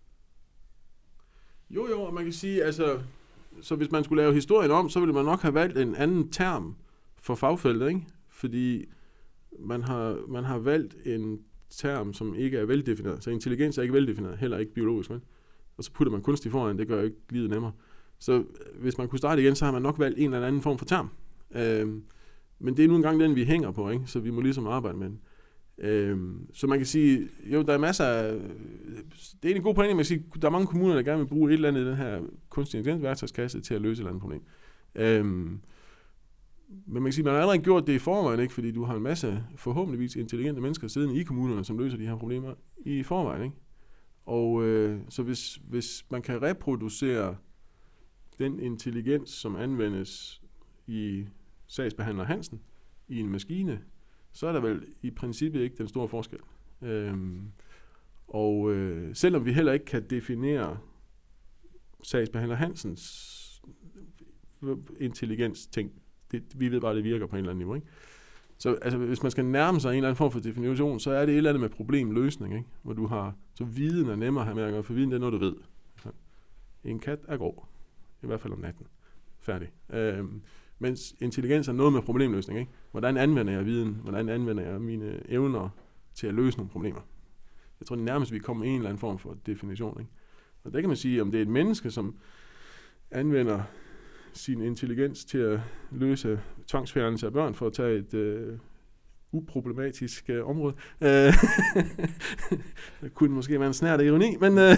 Jo, jo, og man kan sige, altså, så hvis man skulle lave historien om, så ville man nok have valgt en anden term for fagfeltet, ikke? Fordi man har, man har valgt en term, som ikke er veldefineret. Så intelligens er ikke veldefineret, heller ikke biologisk, men. Og så putter man kunstig foran, det gør jo ikke livet nemmere. Så hvis man kunne starte igen, så har man nok valgt en eller anden form for term. Øhm, men det er nu engang den, vi hænger på, ikke? Så vi må ligesom arbejde med den. Øhm, så man kan sige, jo, der er masser af, det er en god pointe, man kan sige, der er mange kommuner, der gerne vil bruge et eller andet i den her kunstig intelligens-værktøjskasse til at løse et eller andet problem. Øhm, men man kan sige, man har allerede gjort det i forvejen, ikke? Fordi du har en masse forhåbentligvis intelligente mennesker siddende i kommunerne, som løser de her problemer i forvejen, ikke? Og øh, så hvis, hvis man kan reproducere den intelligens, som anvendes i sagsbehandler Hansen, i en maskine, så er der vel i princippet ikke den store forskel. Øhm, og øh, selvom vi heller ikke kan definere sagsbehandler Hansens intelligens ting, det, vi ved bare, at det virker på en eller anden niveau, ikke? Så altså, hvis man skal nærme sig en eller anden form for definition, så er det et eller andet med problemløsning, ikke? Hvor du har, så viden er nemmere at have med at gøre, for viden det er noget, du ved. Så, en kat er grå, i hvert fald om natten. Færdig. Øhm, mens intelligens er noget med problemløsning, ikke? Hvordan anvender jeg viden? Hvordan anvender jeg mine evner til at løse nogle problemer? Jeg tror, det nærmest vi kommer med en eller anden form for definition, ikke? Og der kan man sige, om det er et menneske, som anvender sin intelligens til at løse tvangsfjernelse af børn, for at tage et øh, uproblematisk øh, område. Øh, der kunne måske være en snært af ironi, men øh,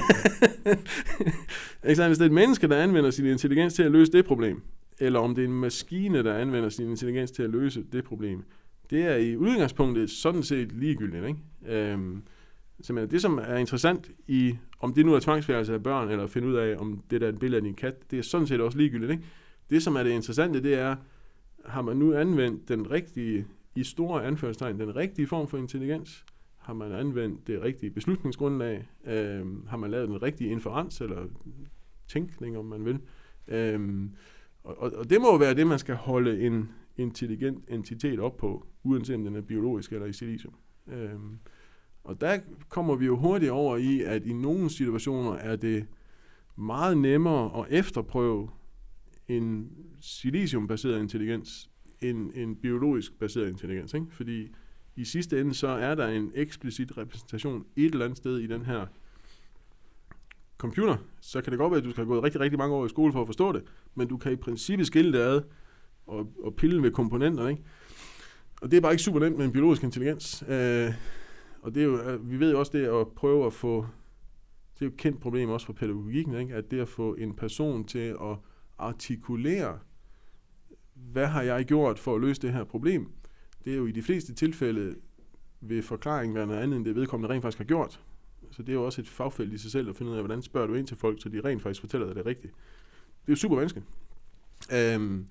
hvis det er et menneske, der anvender sin intelligens til at løse det problem, eller om det er en maskine, der anvender sin intelligens til at løse det problem, det er i udgangspunktet sådan set ligegyldigt, ikke? Øh, simpelthen det, som er interessant i, om det nu er tvangsfjernelse af børn, eller at finde ud af, om det der er et billede af din kat, det er sådan set også ligegyldigt, ikke? Det, som er det interessante, det er, har man nu anvendt den rigtige, i store anførselstegn, den rigtige form for intelligens? Har man anvendt det rigtige beslutningsgrundlag? Øhm, har man lavet den rigtige inferens, eller tænkning, om man vil? Øhm, og, og det må være det, man skal holde en intelligent entitet op på, uanset om den er biologisk eller i silicium. Øhm, og der kommer vi jo hurtigt over i, at i nogle situationer er det meget nemmere at efterprøve en siliciumbaseret intelligens end en biologisk baseret intelligens, ikke? Fordi i sidste ende så er der en eksplicit repræsentation et eller andet sted i den her computer. Så kan det godt være, at du skal have gået rigtig, rigtig mange år i skole for at forstå det, men du kan i princippet skille det ad og, og pille ved komponenterne, ikke? Og det er bare ikke super nemt med en biologisk intelligens. Øh, og det er jo, vi ved jo også det at prøve at få, det er jo et kendt problem også for pædagogikken, ikke? At det at få en person til at artikulere, hvad har jeg gjort for at løse det her problem, det er jo i de fleste tilfælde ved forklaring være noget andet, end det vedkommende rent faktisk har gjort. Så det er jo også et fagfelt i sig selv at finde ud af, hvordan spørger du ind til folk, så de rent faktisk fortæller dig det rigtigt. Det er jo super vanskeligt. Øhm,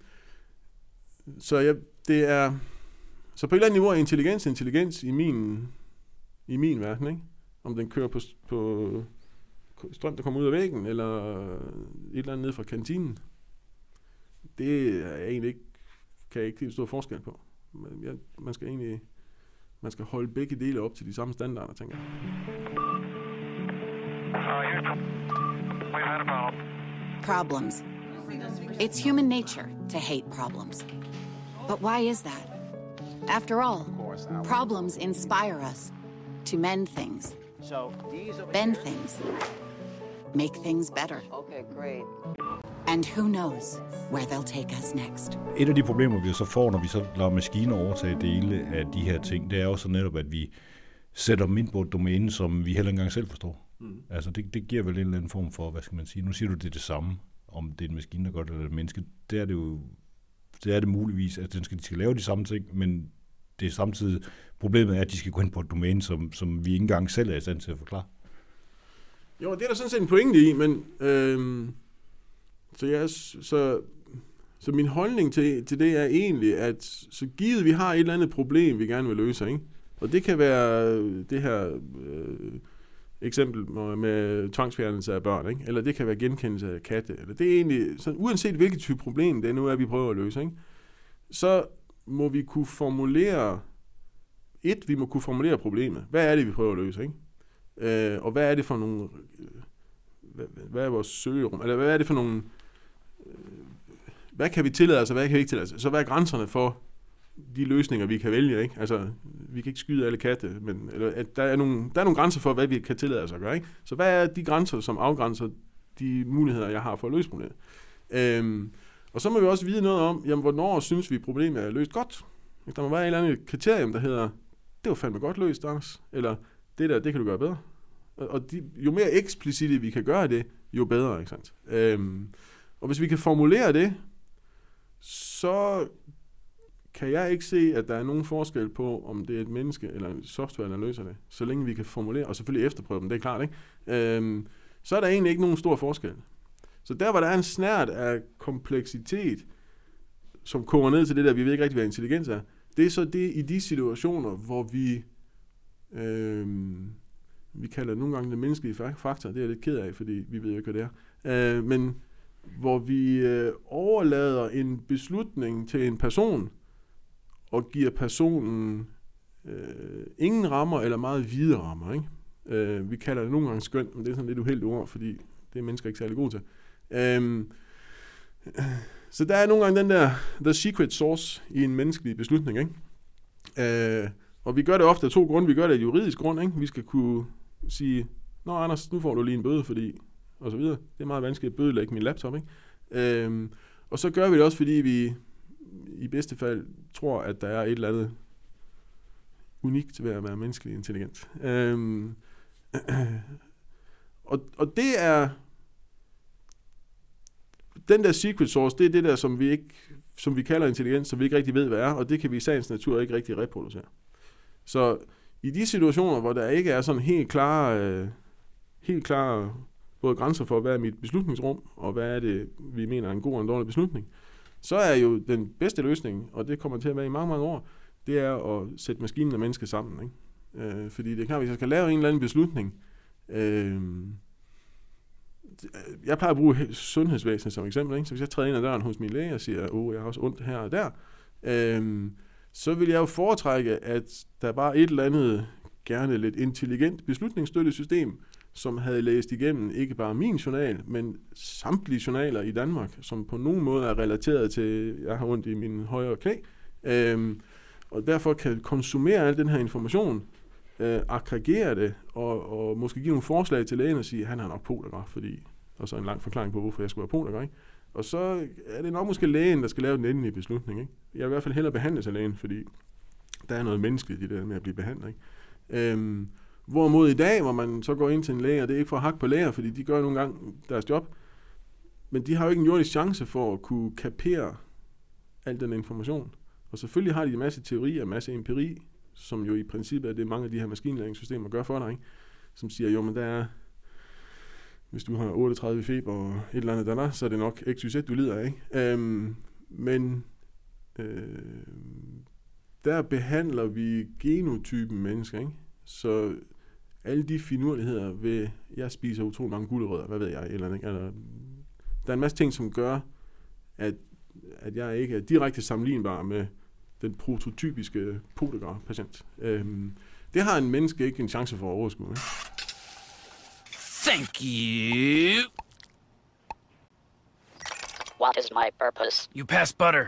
så ja, det er, så på et eller andet niveau er intelligens intelligens i min, i min verden, ikke? Om den kører på, på strøm, der kommer ud af væggen, eller et eller andet ned fra kantinen. Det er egentlig ikke, kan jeg ikke helt stor forskel på. Men ja, man skal egentlig, man skal holde begge dele op til de samme standarder, tænker jeg. Problems. It's human nature to hate problems. But why is that? After all, problems inspire us to mend things, bend things, make things better. Okay, great. And who knows where they'll take us next. Et af de problemer, vi så får, når vi så lader maskiner overtage dele af de her ting, det er også netop, at vi sætter dem ind på et domæne, som vi heller ikke engang selv forstår. Mm. Altså, det, det giver vel en eller anden form for, hvad skal man sige, nu siger du, det er det samme, om det er en maskine, der gør det, eller et menneske. Det er det jo, det er det muligvis, at den skal, de skal lave de samme ting, men det er samtidig, problemet er, at de skal gå ind på et domæne, som, som vi ikke engang selv er i stand til at forklare. Jo, det er der sådan set en pointe i, men øhm, så, jeg, så, så min holdning til, til det er egentlig, at så givet vi har et eller andet problem, vi gerne vil løse, ikke? Og det kan være det her øh, eksempel med tvangsfjernelse af børn, ikke? Eller det kan være genkendelse af katte, eller det er egentlig, så uanset hvilket type problem det er nu er, vi prøver at løse, ikke? Så må vi kunne formulere, et, vi må kunne formulere problemet. Hvad er det, vi prøver at løse, ikke? Øh, og hvad er det for nogle, hvad, hvad er vores søgerum, eller hvad er det for nogle, øh, hvad kan vi tillade os, og hvad kan vi ikke tillade os? Så hvad er grænserne for de løsninger, vi kan vælge, ikke? Altså, vi kan ikke skyde alle katte, men eller, at der, er nogle, der er nogle grænser for, hvad vi kan tillade os at gøre, ikke? Så hvad er de grænser, som afgrænser de muligheder, jeg har for at løse problemet? Øhm, og så må vi også vide noget om, jamen, hvornår synes vi, problemet er løst godt? Der må være et eller andet kriterium, der hedder, det var fandme godt løst, Anders. Eller, det der, det kan du gøre bedre. Og de, jo mere eksplicite vi kan gøre det, jo bedre, ikke sandt? Øhm, og hvis vi kan formulere det, så kan jeg ikke se, at der er nogen forskel på, om det er et menneske eller en software, der løser det. Så længe vi kan formulere, og selvfølgelig efterprøve dem, det er klart, ikke? Øhm, så er der egentlig ikke nogen stor forskel. Så der, hvor der er en snært af kompleksitet, som koger ned til det der, vi ved ikke rigtig, hvad intelligens er, det er så det i de situationer, hvor vi, øh, vi kalder nogle gange det menneskelige faktor, det er jeg lidt ked af, fordi vi ved jo ikke, hvad det er, øh, men hvor vi øh, overlader en beslutning til en person, og giver personen øh, ingen rammer, eller meget vide rammer, ikke? Øh, vi kalder det nogle gange skøn, men det er sådan lidt uheldigt ord, fordi det er mennesker ikke særlig gode til. Øh, så der er nogle gange den der the secret sauce i en menneskelig beslutning, ikke? Øh, og vi gør det ofte af to grunde. Vi gør det af juridisk grund, ikke? Vi skal kunne sige, nå Anders, nu får du lige en bøde, fordi, og så videre. Det er meget vanskeligt at bødelægge min laptop, ikke? Øh, og så gør vi det også, fordi vi i bedste fald tror, at der er et eller andet unikt ved at være menneskelig intelligent. Øhm, og, og det er den der secret sauce, det er det der, som vi ikke, som vi kalder intelligens, som vi ikke rigtig ved, hvad er, og det kan vi i sagens natur ikke rigtig reproducere. Så i de situationer, hvor der ikke er sådan helt klare, øh, helt klare både grænser for, hvad er mit beslutningsrum, og hvad er det, vi mener er en god og en dårlig beslutning, så er jo den bedste løsning, og det kommer til at være i mange, mange år, det er at sætte maskinen og mennesket sammen, ikke? Øh, fordi det er klart, hvis jeg skal lave en eller anden beslutning, øh, jeg plejer at bruge sundhedsvæsenet som eksempel, ikke? Så hvis jeg træder ind ad døren hos min læge og siger, åh, jeg har også ondt her og der, øh, så vil jeg jo foretrække, at der var et eller andet, gerne lidt intelligent beslutningsstøttesystem, som havde læst igennem ikke bare min journal, men samtlige journaler i Danmark, som på nogen måde er relateret til, jeg har ondt i min højre knæ, øhm, og derfor kan konsumere al den her information, øh, aggregere det, og, og måske give nogle forslag til lægen og sige, at han har nok poligraf, fordi, og så en lang forklaring på, hvorfor jeg skulle have poligraf, ikke? Og så er det nok måske lægen, der skal lave den endelige beslutning, ikke? Jeg vil i hvert fald hellere behandles af lægen, fordi der er noget menneskeligt i det der med at blive behandlet, ikke? Øhm, Hvorimod i dag, hvor man så går ind til en læge, og det er ikke for at hakke på læger, fordi de gør nogle gange deres job, men de har jo ikke en jordisk chance for at kunne kapere al den information. Og selvfølgelig har de en masse teorier, en masse empiri, som jo i princippet er det, mange af de her maskinlæringssystemer gør for dig, ikke? Som siger, jo, men der er, hvis du har otteogtredive feber og et eller andet der, der så er det nok X Y Z, du lider af, ikke? Øhm, men øh, der behandler vi genotypen mennesker, ikke? Så alle de finurligheder ved, jeg spiser utrolig mange gulerødder, hvad ved jeg, eller, eller der er en masse ting, som gør, at, at jeg ikke er direkte sammenlignbar med den prototypiske poligraf-patient. Øhm, det har en menneske ikke en chance for at overskue. Ikke? Thank you. What is my purpose? You pass butter.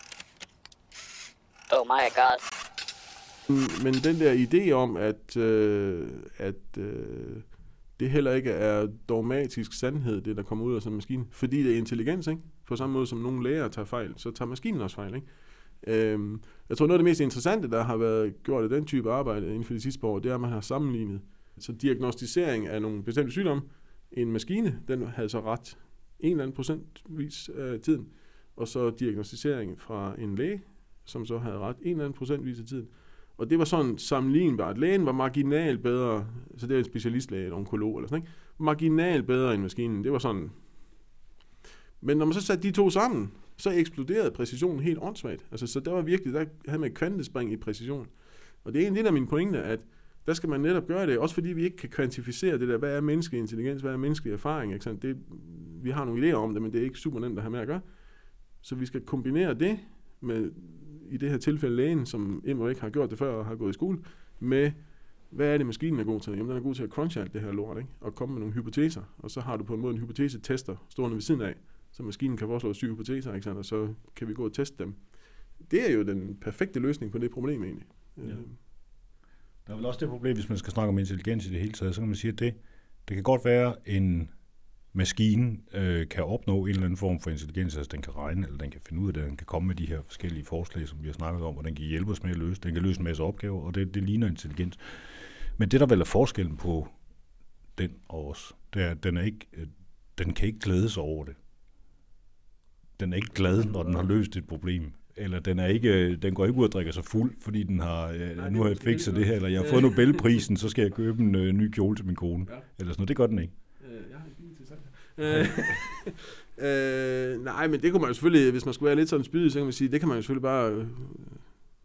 Oh my god. Men den der idé om, at, øh, at øh, det heller ikke er dogmatisk sandhed, det der kommer ud af sådan en maskine, fordi det er intelligens, ikke? På samme måde som nogle læger tager fejl, så tager maskinen også fejl, ikke? Øhm, jeg tror, noget af det mest interessante, der har været gjort af den type arbejde inden for de sidste par år, det er, at man har sammenlignet. Så diagnostisering af nogle bestemte sygdomme, en maskine, den havde så ret en eller anden procentvis af tiden, og så diagnostisering fra en læge, som så havde ret en eller anden procentvis af tiden. Og det var sådan sammenlignbart. Lægen var marginalt bedre, så det er en specialistlæge, en onkolog eller sådan, ikke? Marginalt bedre end maskinen. Det var sådan. Men når man så satte de to sammen, så eksploderede præcisionen helt åndssvagt. Altså, så der var virkelig, der havde man kvantespring i præcision. Og det er egentlig det, der er min pointe, at der skal man netop gøre det, også fordi vi ikke kan kvantificere det der, hvad er menneskelig intelligens, hvad er menneskelig erfaring, ikke sandt? Det, vi har nogle idéer om det, men det er ikke super nemt at have med at gøre. Så vi skal kombinere det med, i det her tilfælde lægen, som endnu ikke har gjort det før og har gået i skole, med, hvad er det maskinen er god til? Jamen, den er god til at crunche alt det her lort, ikke? Og komme med nogle hypoteser, og så har du på en måde en hypotesetester stående ved siden af, så maskinen kan foreslå syv hypoteser, ikke sandt? Og så kan vi gå og teste dem. Det er jo den perfekte løsning på det problem, egentlig. Ja. Der er vel også det problem, hvis man skal snakke om intelligens i det hele taget, så kan man sige, at det, det kan godt være, en maskine øh, kan opnå en eller anden form for intelligens, altså den kan regne, eller den kan finde ud af det, den kan komme med de her forskellige forslag, som vi har snakket om, og den kan hjælpe os med at løse, den kan løse en masse opgaver, og det, det ligner intelligens. Men det, der vel er forskellen på den og os, det er, at den, er ikke, den kan ikke glæde sig over det. Den er ikke glad, når den har løst et problem. Eller den er ikke, den går ikke ud og drikker sig fuld, fordi den har, Nej, nu har jeg fikset det her, eller jeg har fået Nobelprisen, så skal jeg købe en øh, ny kjole til min kone. Ja. Eller sådan noget. Det gør den ikke. Øh, jeg har en bil til salg. øh, nej, men det kunne man jo selvfølgelig, hvis man skulle være lidt sådan spydig, så kan man sige, det kan man jo selvfølgelig bare øh,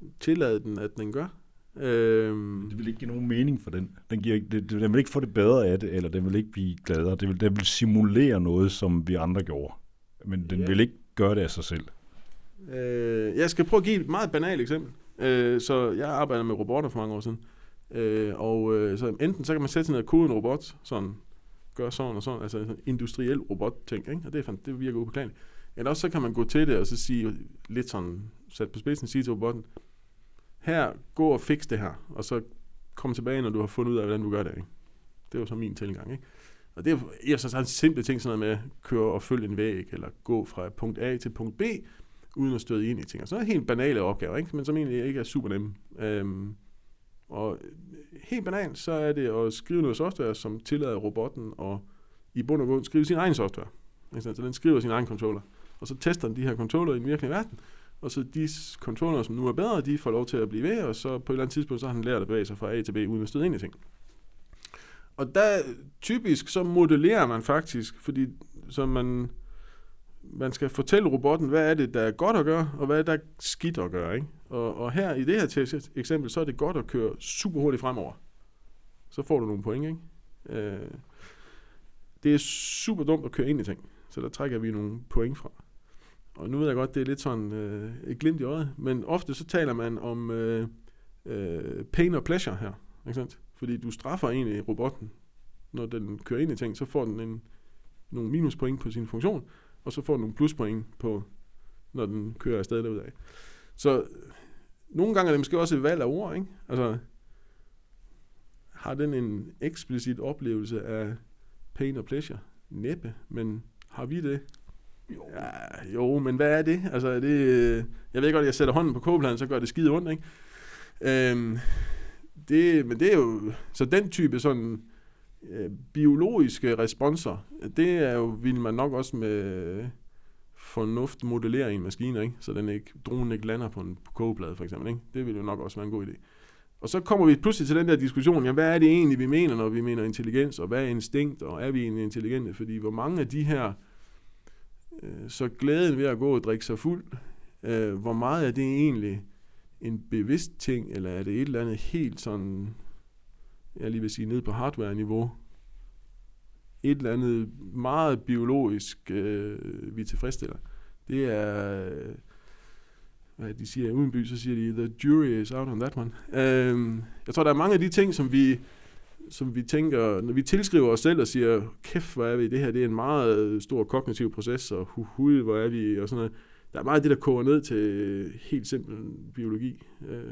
tillade den, at den gør. Øhm, det vil ikke give nogen mening for den. Den, giver ikke, det, den vil ikke få det bedre af det, eller den vil ikke blive gladere. Det vil, den vil simulere noget, som vi andre gjorde. Men den yeah. vil ikke gøre det af sig selv. Øh, jeg skal prøve at give et meget banalt eksempel. Øh, så jeg arbejder med robotter for mange år siden. Øh, og øh, så enten så kan man sætte sig ned og kode en robot, sådan, gør sådan og sådan, altså en industriel robot-ting, ikke? Og det, er fandt, det virker upåklageligt. Eller også så kan man gå til det og så sige, lidt sådan, sat på spidsen, sige til robotten, her, gå og fix det her, og så kom tilbage, når du har fundet ud af, hvordan du gør det, ikke? Det er jo så min tilgang, ikke? Og det er jo så sådan simple ting, sådan noget med at køre og følge en væg, eller gå fra punkt A til punkt B, uden at støde ind i ting. Og så er det helt banale opgaver, ikke? Men som egentlig ikke er super nemme. Øhm, og helt banalt, så er det at skrive noget software, som tillader robotten at i bund og grund skrive sin egen software. Så den skriver sin egen controller. Og så tester den de her controller i den virkelige verden. Og så de controller, som nu er bedre, de får lov til at blive ved, og så på et eller andet tidspunkt, så har den lært at bevæge sig fra A til B, uden at støde ind i ting. Og der typisk, så modellerer man faktisk, fordi så man, man skal fortælle robotten, hvad er det, der er godt at gøre, og hvad er det, der er skidt at gøre, ikke? Og, og her i det her test, eksempel, så er det godt at køre super hurtigt fremover. Så får du nogle point, ikke? Øh, det er super dumt at køre ind i ting, så der trækker vi nogle point fra. Og nu ved jeg godt, det er lidt sådan øh, et glimt i øjet, men ofte så taler man om øh, øh, pain og pleasure her, ikke sandt? Fordi du straffer egentlig robotten, når den kører ind i ting, så får den en, nogle minuspoint på sin funktion, og så får den nogle pluspoint på, når den kører afsted derudad. Så nogle gange er det måske også et valg af ord, ikke? Altså, har den en eksplicit oplevelse af pain og pleasure? Næppe, men har vi det? Jo. Ja, jo, men hvad er det? Altså, er det, jeg ved godt, at jeg sætter hånden på kogepladen, så gør det skide ondt, ikke? Øhm, det, men det er jo, så den type sådan øh, biologiske responser, det er jo, vil man nok også med fornuft modellere i en maskine, ikke? Så den ikke, dronen ikke lander på en kogeplade, for eksempel, ikke? Det vil jo nok også være en god idé. Og så kommer vi pludselig til den der diskussion, ja, hvad er det egentlig, vi mener, når vi mener intelligens, og hvad er instinkt, og er vi egentlig intelligente? Fordi hvor mange af de her, øh, så glæden ved at gå og drikke sig fuld, øh, hvor meget er det egentlig en bevidst ting, eller er det et eller andet helt sådan, jeg lige vil sige, ned på hardware-niveau, et eller andet meget biologisk, øh, vi tilfredsstiller. Det er, hvad de siger i Udenby, så siger de, the jury is out on that one. Øh, jeg tror, der er mange af de ting, som vi, som vi tænker, når vi tilskriver os selv og siger, kæft, hvor er vi, det her, det er en meget stor kognitiv proces, og hu, hu, hvor er vi, og sådan noget. Der er meget af det, der koger ned til helt simpel biologi. Øh,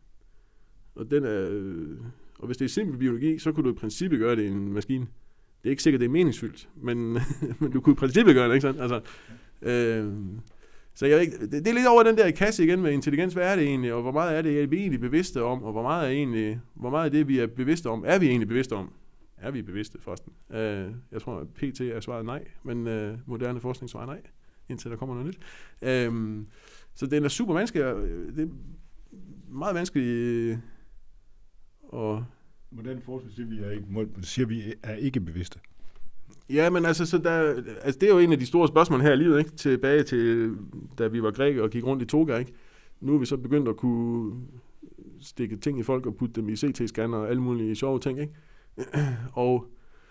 og, den er, og hvis det er simpel biologi, så kunne du i princippet gøre det i en maskine. Det er ikke sikkert, det er meningsfyldt, men, men du kunne i princippet gøre det, ikke sandt? Altså, øh, så jeg ved ikke, det, det er lidt over den der kasse igen med intelligens. Hvad er det egentlig, og hvor meget er det, vi er egentlig bevidste om, og hvor meget er egentlig, hvor meget af det, vi er bevidste om, er vi egentlig bevidste om? Er vi bevidste, forresten? Øh, jeg tror, at P T er svaret nej, men øh, moderne forskning svarer nej, indtil der kommer noget nyt. Øhm, så det er super vanskeligt. Det er meget vanskeligt at... Moderne forskning siger, vi er ikke, siger, vi er ikke bevidste. Ja, men altså, så der, altså, det er jo en af de store spørgsmål her i livet, ikke? Tilbage til, da vi var grækere og gik rundt i toga, ikke? Nu er vi så begyndt at kunne stikke ting i folk og putte dem i C T-scanner og alle mulige sjove ting, ikke? Og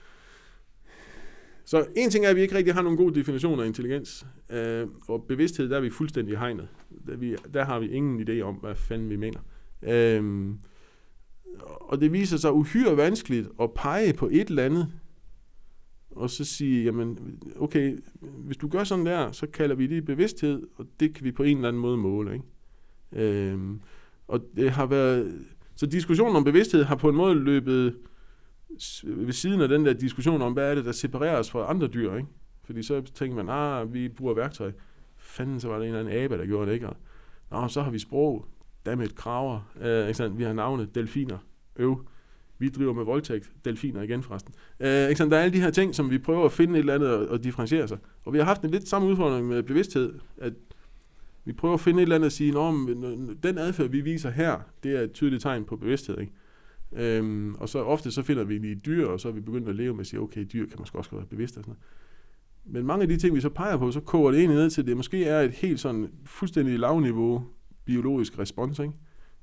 så en ting er, at vi ikke rigtig har nogen god definition af intelligens, øh, og bevidsthed, der er vi fuldstændig hegnet. Der, vi, der har vi ingen idé om, hvad fanden vi mener. Øh, og det viser sig uhyre vanskeligt at pege på et eller andet, og så sige, jamen, okay, hvis du gør sådan der, så kalder vi det bevidsthed, og det kan vi på en eller anden måde måle, ikke? Øh, og det har været, så diskussionen om bevidsthed har på en måde løbet ved siden af den der diskussion om, hvad er det, der separerer os fra andre dyr, ikke? Fordi så tænker man, ah, vi bruger værktøj. Fanden, så var det en eller anden abe, der gjorde det, ikke? Og, nå, så har vi sprog. Dammit, kraver. Øh, ikke sandt? Vi har navne. Delfiner. Øv. Vi driver med voldtægt. Delfiner igen, forresten. Øh, ikke sandt? Der er alle de her ting, som vi prøver at finde et eller andet og, og differentiere sig. Og vi har haft en lidt samme udfordring med bevidsthed, at vi prøver at finde et eller andet og sige, nå, den adfærd, vi viser her, det er et tydeligt tegn på bevidsthed, ikke? Øhm, og så ofte så finder vi lige dyr, og så er vi begyndt at leve med at sige, okay, dyr kan måske også være bevidste og sådan noget. Men mange af de ting, vi så peger på, så koger det egentlig ned til, det måske er et helt sådan fuldstændig lavniveau biologisk respons, ikke?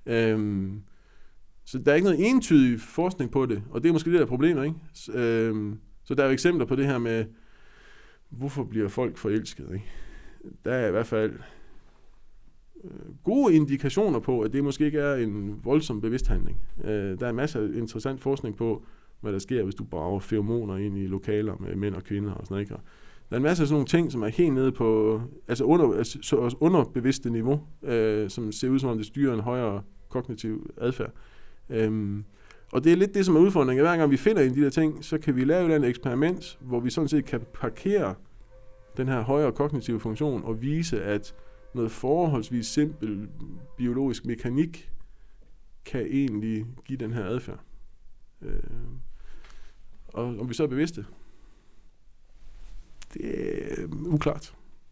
Øhm, så der er ikke noget entydig forskning på det, og det er måske det, der er problemet, ikke? Så, øhm, så der er jo eksempler på det her med, hvorfor bliver folk forelskede, ikke? Der er i hvert fald øh, gode indikationer på, at det måske ikke er en voldsom bevidst handling. Øh, der er masser af interessant forskning på, hvad der sker, hvis du brager feromoner ind i lokaler med mænd og kvinder og sådan, ikke? Og der er en masse af sådan nogle ting, som er helt nede på, altså under, altså underbevidste niveau, øh, som ser ud som om det styrer en højere kognitiv adfærd. Øhm, og det er lidt det, som er udfordringen. Hver gang vi finder en af de der ting, så kan vi lave et eksperiment, hvor vi sådan set kan parkere den her højere kognitive funktion og vise, at noget forholdsvis simpel biologisk mekanik kan egentlig give den her adfærd. Øh, og om vi så er bevidste, det er uklart.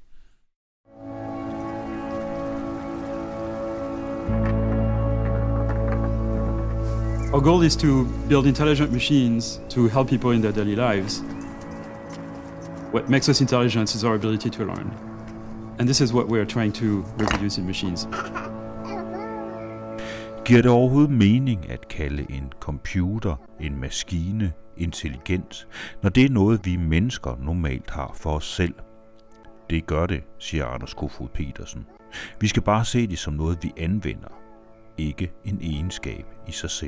Our goal is to build intelligent machines to help people in their daily lives. What makes us intelligent is our ability to learn. And this is what we are trying to reproduce in machines. Giver det overhovedet mening at kalde en computer, en maskine, intelligent, når det er noget, vi mennesker normalt har for os selv? Det gør det, siger Anders Kofod Petersen. Vi skal bare se det som noget, vi anvender, ikke en egenskab i sig selv.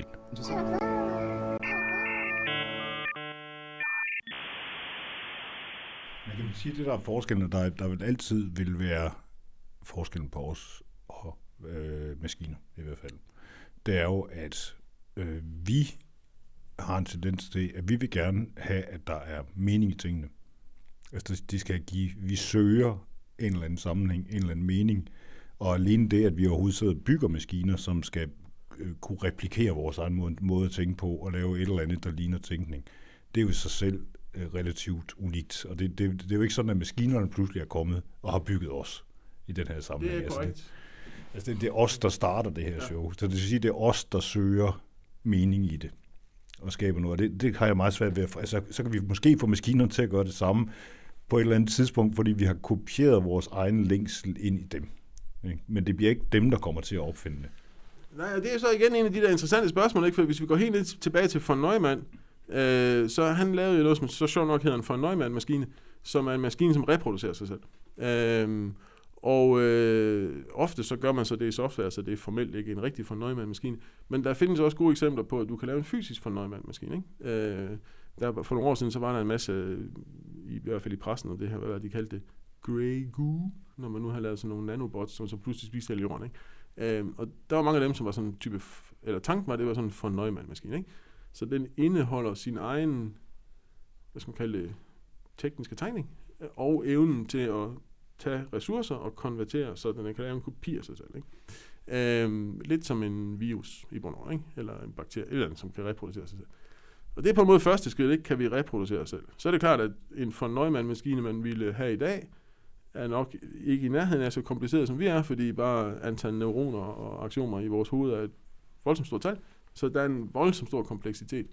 Man kan sige, at det der er forskellen, der, der vil altid vil være forskellen på os og øh, maskiner i hvert fald. Det er jo, at øh, vi har en tendens til, at vi vil gerne have, at der er mening i tingene. Altså, de skal give, vi søger en eller anden sammenhæng, en eller anden mening, og alene det, at vi overhovedet sidder og bygger maskiner, som skal øh, kunne replikere vores egen måde, måde at tænke på, og lave et eller andet, der ligner tænkning, det er jo i sig selv øh, relativt unikt. Og det, det, det er jo ikke sådan, at maskinerne pludselig er kommet og har bygget os i den her sammenhæng. Det er korrekt. Altså, det, altså det, det er os, der starter det her ja. show. Så det vil sige, det er os, der søger mening i det og skaber noget. Og det, det har jeg meget svært ved at få. Altså, så kan vi måske få maskinerne til at gøre det samme på et eller andet tidspunkt, fordi vi har kopieret vores egen længsel ind i dem. Men det bliver ikke dem, der kommer til at opfinde det. Nej, det er så igen en af de der interessante spørgsmål, ikke? For hvis vi går helt lidt tilbage til von Neumann, øh, så han lavede jo noget, som så sjovt nok hedder en von Neumann-maskine, som er en maskine, som reproducerer sig selv. Øh, og øh, ofte så gør man så det i software, så det er formelt ikke en rigtig von Neumann-maskine. Men der findes også gode eksempler på, at du kan lave en fysisk von Neumann-maskine, ikke? Øh, der, for nogle år siden, så var der en masse, i hvert fald i pressen, og det her, hvad de kaldte det, Grey Goo, når man nu har lavet sådan nogle nanobots, som så pludselig spiser hele jorden, ikke? Øhm, og der var mange af dem, som var sådan en type, eller tanken var, det var sådan en von Neumann-maskine, ikke? Så den indeholder sin egen, hvad skal man kalde det, tekniske tegning, og evnen til at tage ressourcer og konvertere, så den kan lave en kopi af sig selv, ikke? Øhm, lidt som en virus i bund og grund, ikke? Eller en bakterie, eller andet, som kan reproducere sig selv. Og det er på en måde første skridt, ikke? Kan vi reproducere os selv? Så er det klart, at en von Neumann-maskine, man ville have i dag, er nok ikke i nærheden af så kompliceret, som vi er, fordi bare antal neuroner og aktioner i vores hoved er et voldsomt stort tal. Så der er en voldsomt stor kompleksitet.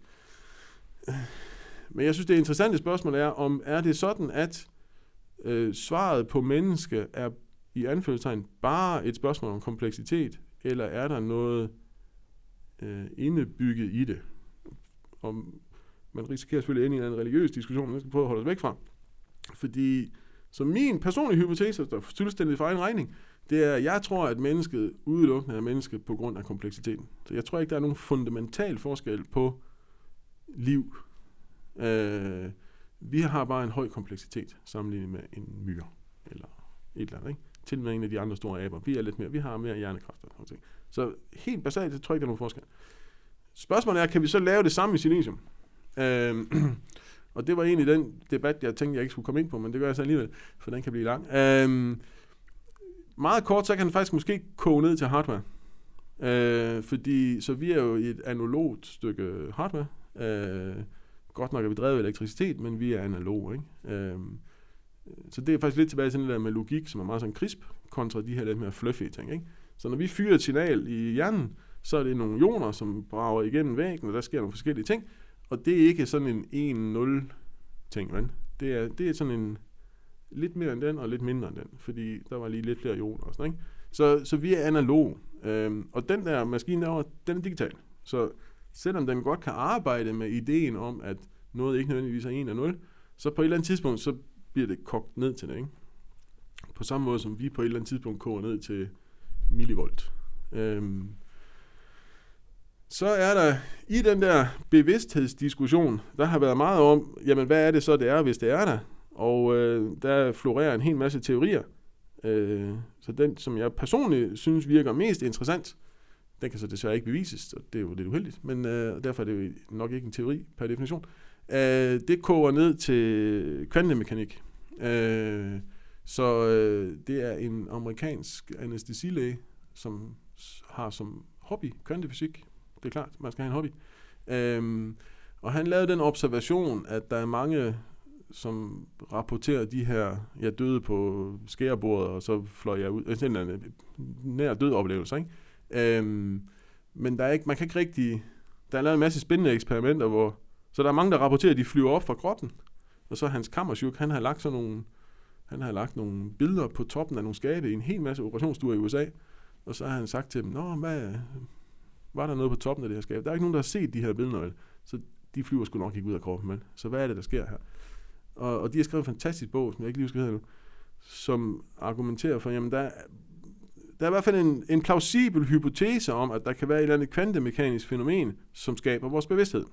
Men jeg synes, det interessante spørgsmål er, om er det sådan, at øh, svaret på menneske er i anførselstegn bare et spørgsmål om kompleksitet, eller er der noget øh, indebygget i det? Om man risikerer selvfølgelig ind i en religiøs diskussion, man skal prøve at holde os væk fra. Fordi, så min personlige hypotese, der er fuldstændig for egen regning, det er, at jeg tror, at mennesket udelukkende er menneske på grund af kompleksiteten. Så jeg tror ikke, der er nogen fundamental forskel på liv. Øh, vi har bare en høj kompleksitet sammenlignet med en myre, eller et eller andet, ikke? Til med en af de andre store aber. Vi er lidt mere, vi har mere hjernekræfter. Så helt basalt, så tror jeg ikke, der er nogen forskel. Spørgsmålet er, kan vi så lave det samme i silicium? Øhm, og det var egentlig den debat, jeg tænkte, jeg ikke skulle komme ind på, men det gør jeg så alligevel, for den kan blive lang. Øhm, meget kort, så kan den faktisk måske koge ned til hardware. Øh, fordi, så vi er jo et analogt stykke hardware. Øh, godt nok er vi drevet af elektricitet, men vi er analog, ikke? Øh, så det er faktisk lidt tilbage til det der med logik, som er meget sådan crisp, kontra de her lidt mere fluffy ting, ikke? Så når vi fyrer et signal i hjernen, så er det nogle ioner, som brager igennem væggen, og der sker nogle forskellige ting. Og det er ikke sådan en en nul ting, vel? Det er, det er sådan en lidt mere end den, og lidt mindre end den, fordi der var lige lidt flere ioner og sådan, ikke? Så, så vi er analog. Øhm, og den der maskine derovre, den er digital. Så selvom den godt kan arbejde med ideen om, at noget ikke nødvendigvis er en og nul, så på et eller andet tidspunkt, så bliver det kogt ned til det, ikke? På samme måde som vi på et eller andet tidspunkt koger ned til millivolt. Øhm, så er der i den der bevidsthedsdiskussion, der har været meget om, jamen hvad er det så, det er, hvis det er der? Og øh, der florerer en hel masse teorier. Øh, så den, som jeg personligt synes virker mest interessant, den kan så desværre ikke bevises, og det er jo lidt uheldigt, men øh, derfor er det jo nok ikke en teori per definition. Øh, det koger ned til kvantemekanik. Øh, så øh, det er en amerikansk anæstesilæge, som har som hobby kvantefysik. Det er klart, man skal have en hobby. Øh, og han lavede den observation, at der er mange, som rapporterer de her, jeg døde på skærebordet, og så fløj jeg ud. Sådan en nær død oplevelse, ikke? Øhm, men der er ikke, man kan ikke rigtig, der er lavet en masse spændende eksperimenter, hvor, så der er mange, der rapporterer, at de flyver op fra kroppen, og så Hans Kammerchuk, han har lagt sådan nogle, han har lagt nogle billeder på toppen af nogle skabe i en hel masse operationsstuer i U S A, og så har han sagt til dem, nå, hvad, var der noget på toppen af det her skab? Der er ikke nogen, der har set de her billeder, vel? Så de flyver sgu nok ikke ud af kroppen, vel? Så hvad er det, der sker her? Og, og de har skrevet en fantastisk bog, som jeg ikke lige husker nu, som argumenterer for, jamen der, der er i hvert fald en, en plausibel hypotese om, at der kan være et eller andet kvantemekanisk fænomen, som skaber vores bevidsthed.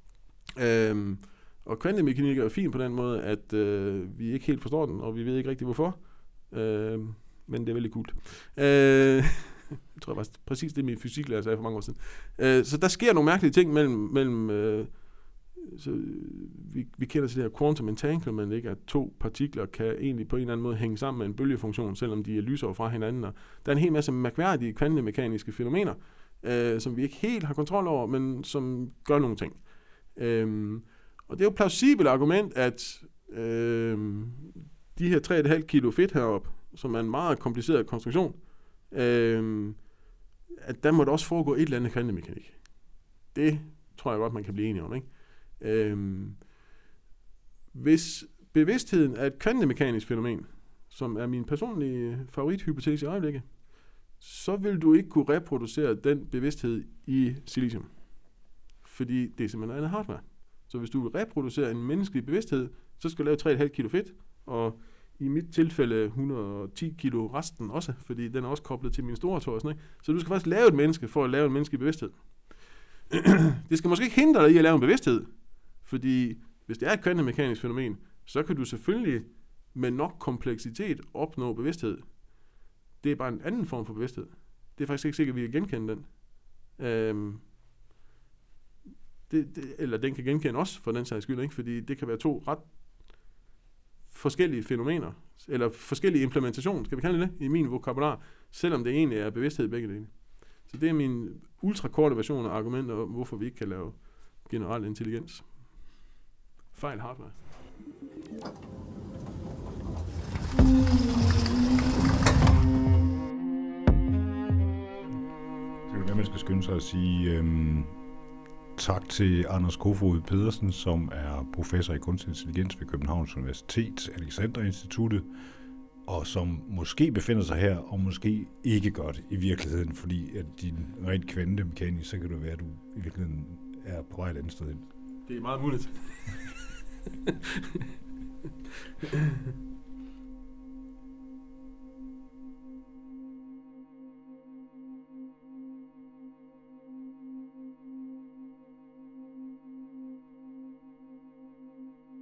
Øhm, og kvantemekanik er jo fint på den måde, at øh, vi ikke helt forstår den, og vi ved ikke rigtig hvorfor. Øh, men det er veldig cool. Øh, jeg tror, det var præcis det, min fysiklærer sagde for mange år siden. Øh, så der sker nogle mærkelige ting mellem... mellem øh, så vi, vi kender til det her quantum entanglement, ikke? At to partikler kan egentlig på en eller anden måde hænge sammen med en bølgefunktion, selvom de er lysår fra hinanden. Og der er en hel masse mærkværdige kvantemekaniske fænomener, øh, som vi ikke helt har kontrol over, men som gør nogle ting. Øhm, og det er jo et plausibelt argument, at øh, de her tre komma fem kilo fedt heroppe, som er en meget kompliceret konstruktion, øh, at der må der også foregå et eller andet kvantemekanik. Det tror jeg godt, man kan blive enige om, ikke? Øhm, hvis bevidstheden er et kvantemekanisk fænomen, som er min personlige favorithypotese i øjeblikket, så vil du ikke kunne reproducere den bevidsthed i silicium. Fordi det er simpelthen andet hardware. Så hvis du vil reproducere en menneskelig bevidsthed, så skal du lave tre komma fem kilo fedt, og i mit tilfælde et hundrede og ti kilo resten også, fordi den er også koblet til min store tår. Sådan, ikke? Så du skal faktisk lave et menneske for at lave en menneskelig bevidsthed. Det skal måske ikke hindre dig i at lave en bevidsthed, fordi hvis det er et kvantemekanisk fænomen, så kan du selvfølgelig med nok kompleksitet opnå bevidsthed. Det er bare en anden form for bevidsthed. Det er faktisk ikke sikkert, at vi kan genkende den. Øhm, det, det, eller den kan genkende os, for den sags skyld, ikke? Fordi det kan være to ret forskellige fænomener, eller forskellige implementationer, skal vi kalde det, i min vokabular, selvom det egentlig er bevidsthed i begge dele. Så det er min ultrakorte version af argumenter om, hvorfor vi ikke kan lave generel intelligens. Fejl hardware. Det er jo det, man skal skynde sig at sige øhm, tak til Anders Kofod Pedersen, som er professor i kunstig intelligens ved Københavns Universitet, Alexander Instituttet, og som måske befinder sig her, og måske ikke gør det i virkeligheden, fordi at din rent kvantemekanisk, så kan det være, at du i virkeligheden er på vej et andet sted hen. Det er meget muligt.